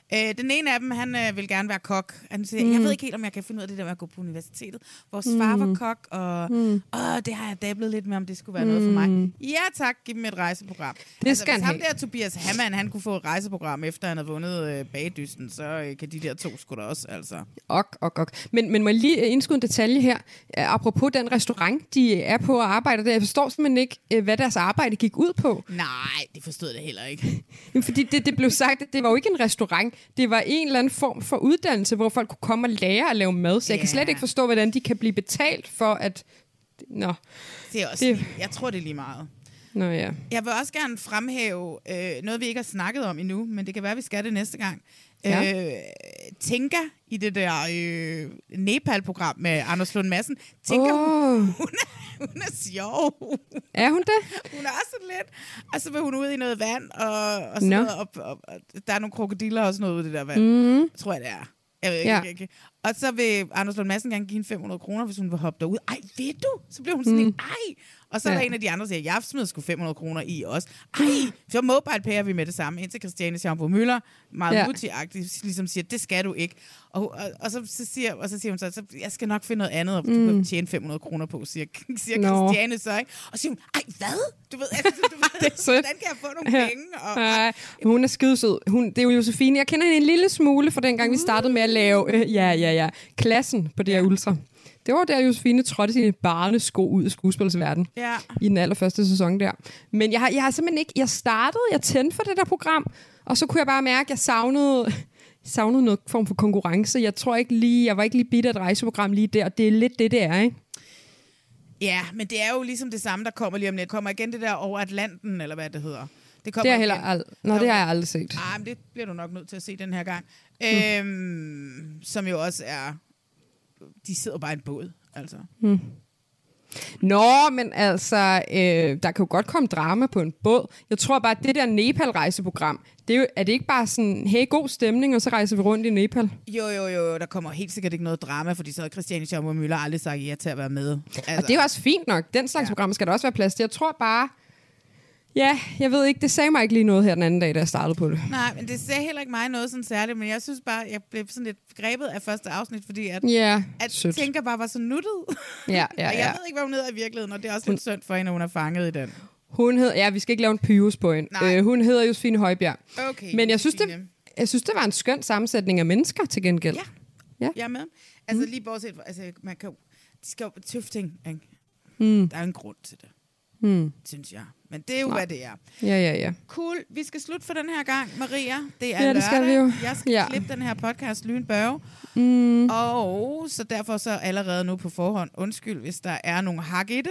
Øh, den ene af dem, han øh, vil gerne være kok. Han siger, mm. jeg ved ikke helt, om jeg kan finde ud af det der med at gå på universitetet. Vores mm. far var kok, og mm. åh, det har jeg dablet lidt med, om det skulle være mm. noget for mig. Ja tak, giv dem et rejseprogram. Det altså, skal hvis han ham der Tobias Hamann, han kunne få et rejseprogram, efter han havde vundet øh, bagdysten, så øh, kan de der to sgu da også, altså. Ok, ok, ok. Men, men må jeg lige indskyde en detalje her? Uh, apropos den restaurant, de er på og arbejder der. Jeg forstår simpelthen ikke, uh, hvad deres arbejde gik ud på. Nej, det forstod jeg heller ikke. Fordi det, det blev sagt, at det var jo ikke en restaurant. Det var en eller anden form for uddannelse, hvor folk kunne komme og lære at lave mad. Så jeg yeah. kan slet ikke forstå, hvordan de kan blive betalt for at... Nå. Det er også... Det... Jeg tror, det er lige meget. Nå ja. Jeg vil også gerne fremhæve øh, noget, vi ikke har snakket om endnu, men det kan være, vi skal det næste gang. Ja. Øh, Tinka i det der øh, Nepal-program med Anders Lund Madsen. Tinka, oh. hun, hun, er, hun er sjov. Er hun det? Hun er også lidt. Og så vil hun ud i noget vand, og, og, sådan no. noget, og, og, og der er nogle krokodiller og sådan noget ude i det der vand. Mm. Tror jeg, det er. Jeg ved ikke, ja. ikke, ikke. Og så vil Anders Lund Madsen gerne give hende fem hundrede kroner, hvis hun vil hoppe derud. Ej, ved du? Så bliver hun sådan mm. en, ej. Og så er ja. der en af de andre, der siger, jeg smider sgu fem hundrede kroner i også. Ej, så mobile-payer vi med det samme. Indtil Christiane Schaumburg Møller, meget ja. multi-agtigt, ligesom siger, det skal du ikke. Og, og, og, så, så siger, og så siger hun så, så, jeg skal nok finde noget andet, og du mm. kan tjene fem hundrede kroner på, siger, siger no. Christiane så, ikke? Og så siger hun, ej, hvad? Du ved, altså, du ved det hvordan kan jeg få nogle penge? Og, ja. Hun er skidesød. Hun, det er jo Josefine. Jeg kender hende en lille smule, fra dengang vi startede med at lave, øh, ja, ja, ja, klassen på det her Ultra. Det var der, Josefine trådte sine barnesko ud i skuespilsverden. Ja. I den allerførste sæson der. Men jeg har, jeg har simpelthen ikke... Jeg startede, jeg tændte for det der program, og så kunne jeg bare mærke, at jeg savnede, savnede noget form for konkurrence. Jeg tror ikke lige... Jeg var ikke lige bidt af et rejseprogram lige der, og det er lidt det, det er, ikke? Ja, men det er jo ligesom det samme, der kommer lige om lidt. Kommer igen det der over Atlanten, eller hvad det hedder. Det, det, er heller ald- Nå, det har jeg aldrig set. Ah, men det bliver du nok nødt til at se den her gang. Mm. Øhm, som jo også er... De sidder bare i en båd, altså. Mm. Nå, men altså, øh, der kan jo godt komme drama på en båd. Jeg tror bare, at det der Nepal-rejseprogram, det er, jo, er det ikke bare sådan, hey, god stemning, og så rejser vi rundt i Nepal? Jo, jo, jo, der kommer helt sikkert ikke noget drama, fordi så har Christiane Schaumburg Møller aldrig sagt ja til at være med. Altså. Og det er jo også fint nok. Den slags ja. program skal der også være plads til. Jeg tror bare... Ja, jeg ved ikke, det sagde mig ikke lige noget her den anden dag, da jeg startede på det. Nej, men det sagde heller ikke mig noget sådan særligt, men jeg synes bare, jeg blev sådan lidt grebet af første afsnit, fordi at, ja, at Tinka bare var så nuttet. Ja, ja, ja. Og jeg ved ikke, hvad hun hedder i virkeligheden, og det er også hun, lidt synd for hende, at hun er fanget i den. Hun hedder, ja, vi skal ikke lave en pyus på hende. Øh, hun hedder Josefine Højbjerg. Okay, men jeg synes, det, jeg synes, det var en skøn sammensætning af mennesker til gengæld. Ja, ja. Jeg er med. Altså mm. lige bortset fra, altså man kan jo, de skal jo tøffe ting, ikke? Mm. Der er en grund til det. Hmm. Synes jeg. Men det er jo, Nej. hvad det er. Ja, ja, ja. Cool. Vi skal slutte for den her gang, Maria. Det er ja, det lørdag. Skal vi jo. Jeg skal ja. klippe den her podcast lynbørge. Mm. Og så derfor så allerede nu på forhånd. Undskyld, hvis der er nogle hak i det.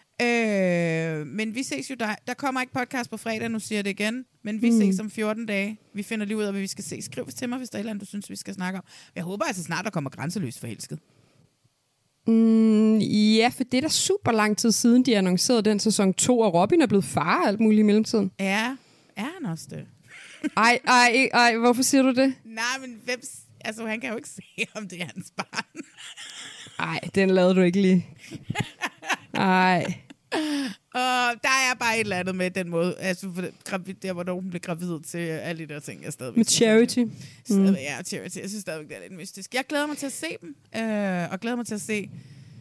Øh, men vi ses jo der. Der kommer ikke podcast på fredag, nu siger jeg det igen. Men vi mm. ses om fjorten dage. Vi finder lige ud af, hvad vi skal se. Skriv til mig, hvis der er et eller andet, du synes, vi skal snakke om. Jeg håber altså snart, der kommer Grænseløst forelsket. Mm, ja, for det er da super lang tid siden, de annoncerede den sæson to, og Robin er blevet far og alt muligt i mellemtiden. Ja, er han også det? ej, ej, ej, hvorfor siger du det? Nej, men hvem, altså, han kan jo ikke se, om det er hans barn. Ej, den lavede du ikke lige. Ej. Og der er bare et eller andet med den måde, altså gravid, der hvor hun blev gravid til alle de der ting, jeg stadigvæk... Med Charity. Mm. Ja, Charity. Jeg synes stadigvæk, det er lidt mystisk. Jeg glæder mig til at se dem, øh, og glæder mig til at se...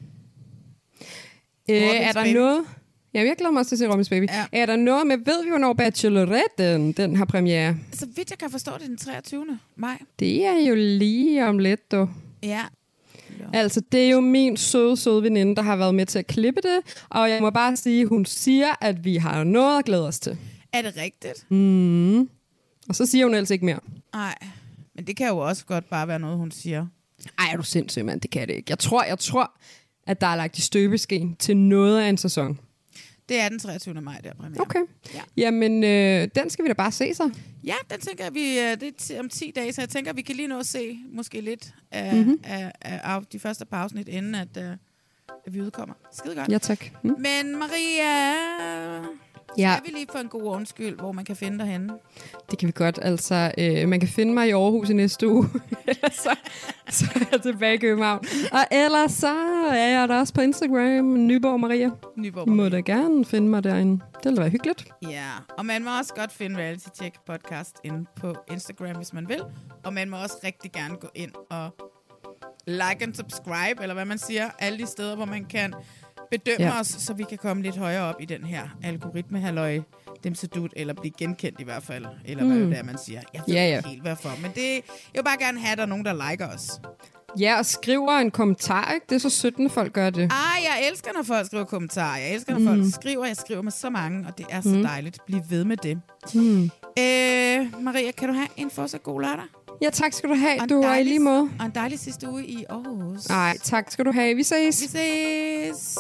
Øh, er der baby. noget... Ja, jeg glæder mig også til at se Robins Baby. Ja. Er der noget med, ved vi hvornår Bachelorette den har premiere? Så vidt jeg kan forstå, det er den treogtyvende maj. Det er jo lige om lidt, du. Ja. Altså, det er jo min søde, søde veninde, der har været med til at klippe det, og jeg må bare sige, hun siger, at vi har noget at glæde os til. Er det rigtigt? Mm. Og så siger hun altså ikke mere. Nej, men det kan jo også godt bare være noget, hun siger. Ej, er du sindssyg, mand? Det kan det ikke. Jeg tror, jeg tror, at der er lagt i støbeskeen til noget af en sæson. Det er den treogtyvende maj, der premiere. Okay. Ja. Jamen, øh, den skal vi da bare se så. Ja, den tænker jeg, vi, det er t- om ti dage, så jeg tænker, vi kan lige nå at se måske lidt af, mm-hmm. af, af, af de første par afsnit, inden at, uh, at vi udkommer. Skide godt. Ja, tak. Mm. Men Maria, Ja. Skal vi lige få en god undskyld, hvor man kan finde dig henne? Det kan vi godt. Altså, øh, man kan finde mig i Aarhus i næste uge. Ellers så, så er jeg tilbage i København. Og ellers så er jeg der også på Instagram, Nyborg Maria. Nyborg Maria. Maria. I må da gerne finde mig derinde. Det ville være hyggeligt. Ja, og man må også godt finde Reality Check podcast inde på Instagram, hvis man vil. Og man må også rigtig gerne gå ind og like and subscribe, eller hvad man siger, alle de steder, hvor man kan bedømme ja. os, så vi kan komme lidt højere op i den her algoritme, halløj, dem så dut, eller blive genkendt i hvert fald, eller mm. hvad det er, man siger. Jeg ved ja, ikke ja. helt, hvorfor, men det, jeg vil bare gerne have, at der er nogen, der liker os. Ja, og skriver en kommentar, ikke? Det er så sødt, når folk gør det. Ah, jeg elsker, når folk skriver kommentarer. Jeg elsker, når mm. folk skriver. Jeg skriver med så mange, og det er så mm. dejligt. Bliv ved med det. Mm. Øh, Maria, kan du have en fortsat god lørdag? Ja, tak skal du have. Du er i lige måde. Og en dejlig sidste uge i Aarhus. Nej, tak skal du have. Vi ses. Vi ses.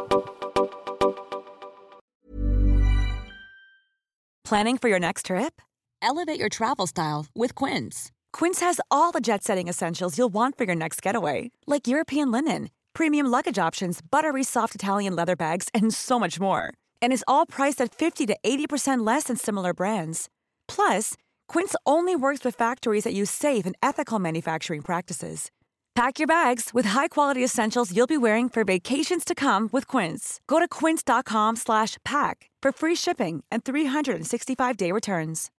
Planning for your next trip? Elevate your travel style with Quince. Quince has all the jet-setting essentials you'll want for your next getaway, like European linen, premium luggage options, buttery soft Italian leather bags, and so much more. And is all priced at fifty to eighty percent less than similar brands. Plus, Quince only works with factories that use safe and ethical manufacturing practices. Pack your bags with high-quality essentials you'll be wearing for vacations to come with Quince. Go to quince dot com slash pack for free shipping and three sixty-five day returns.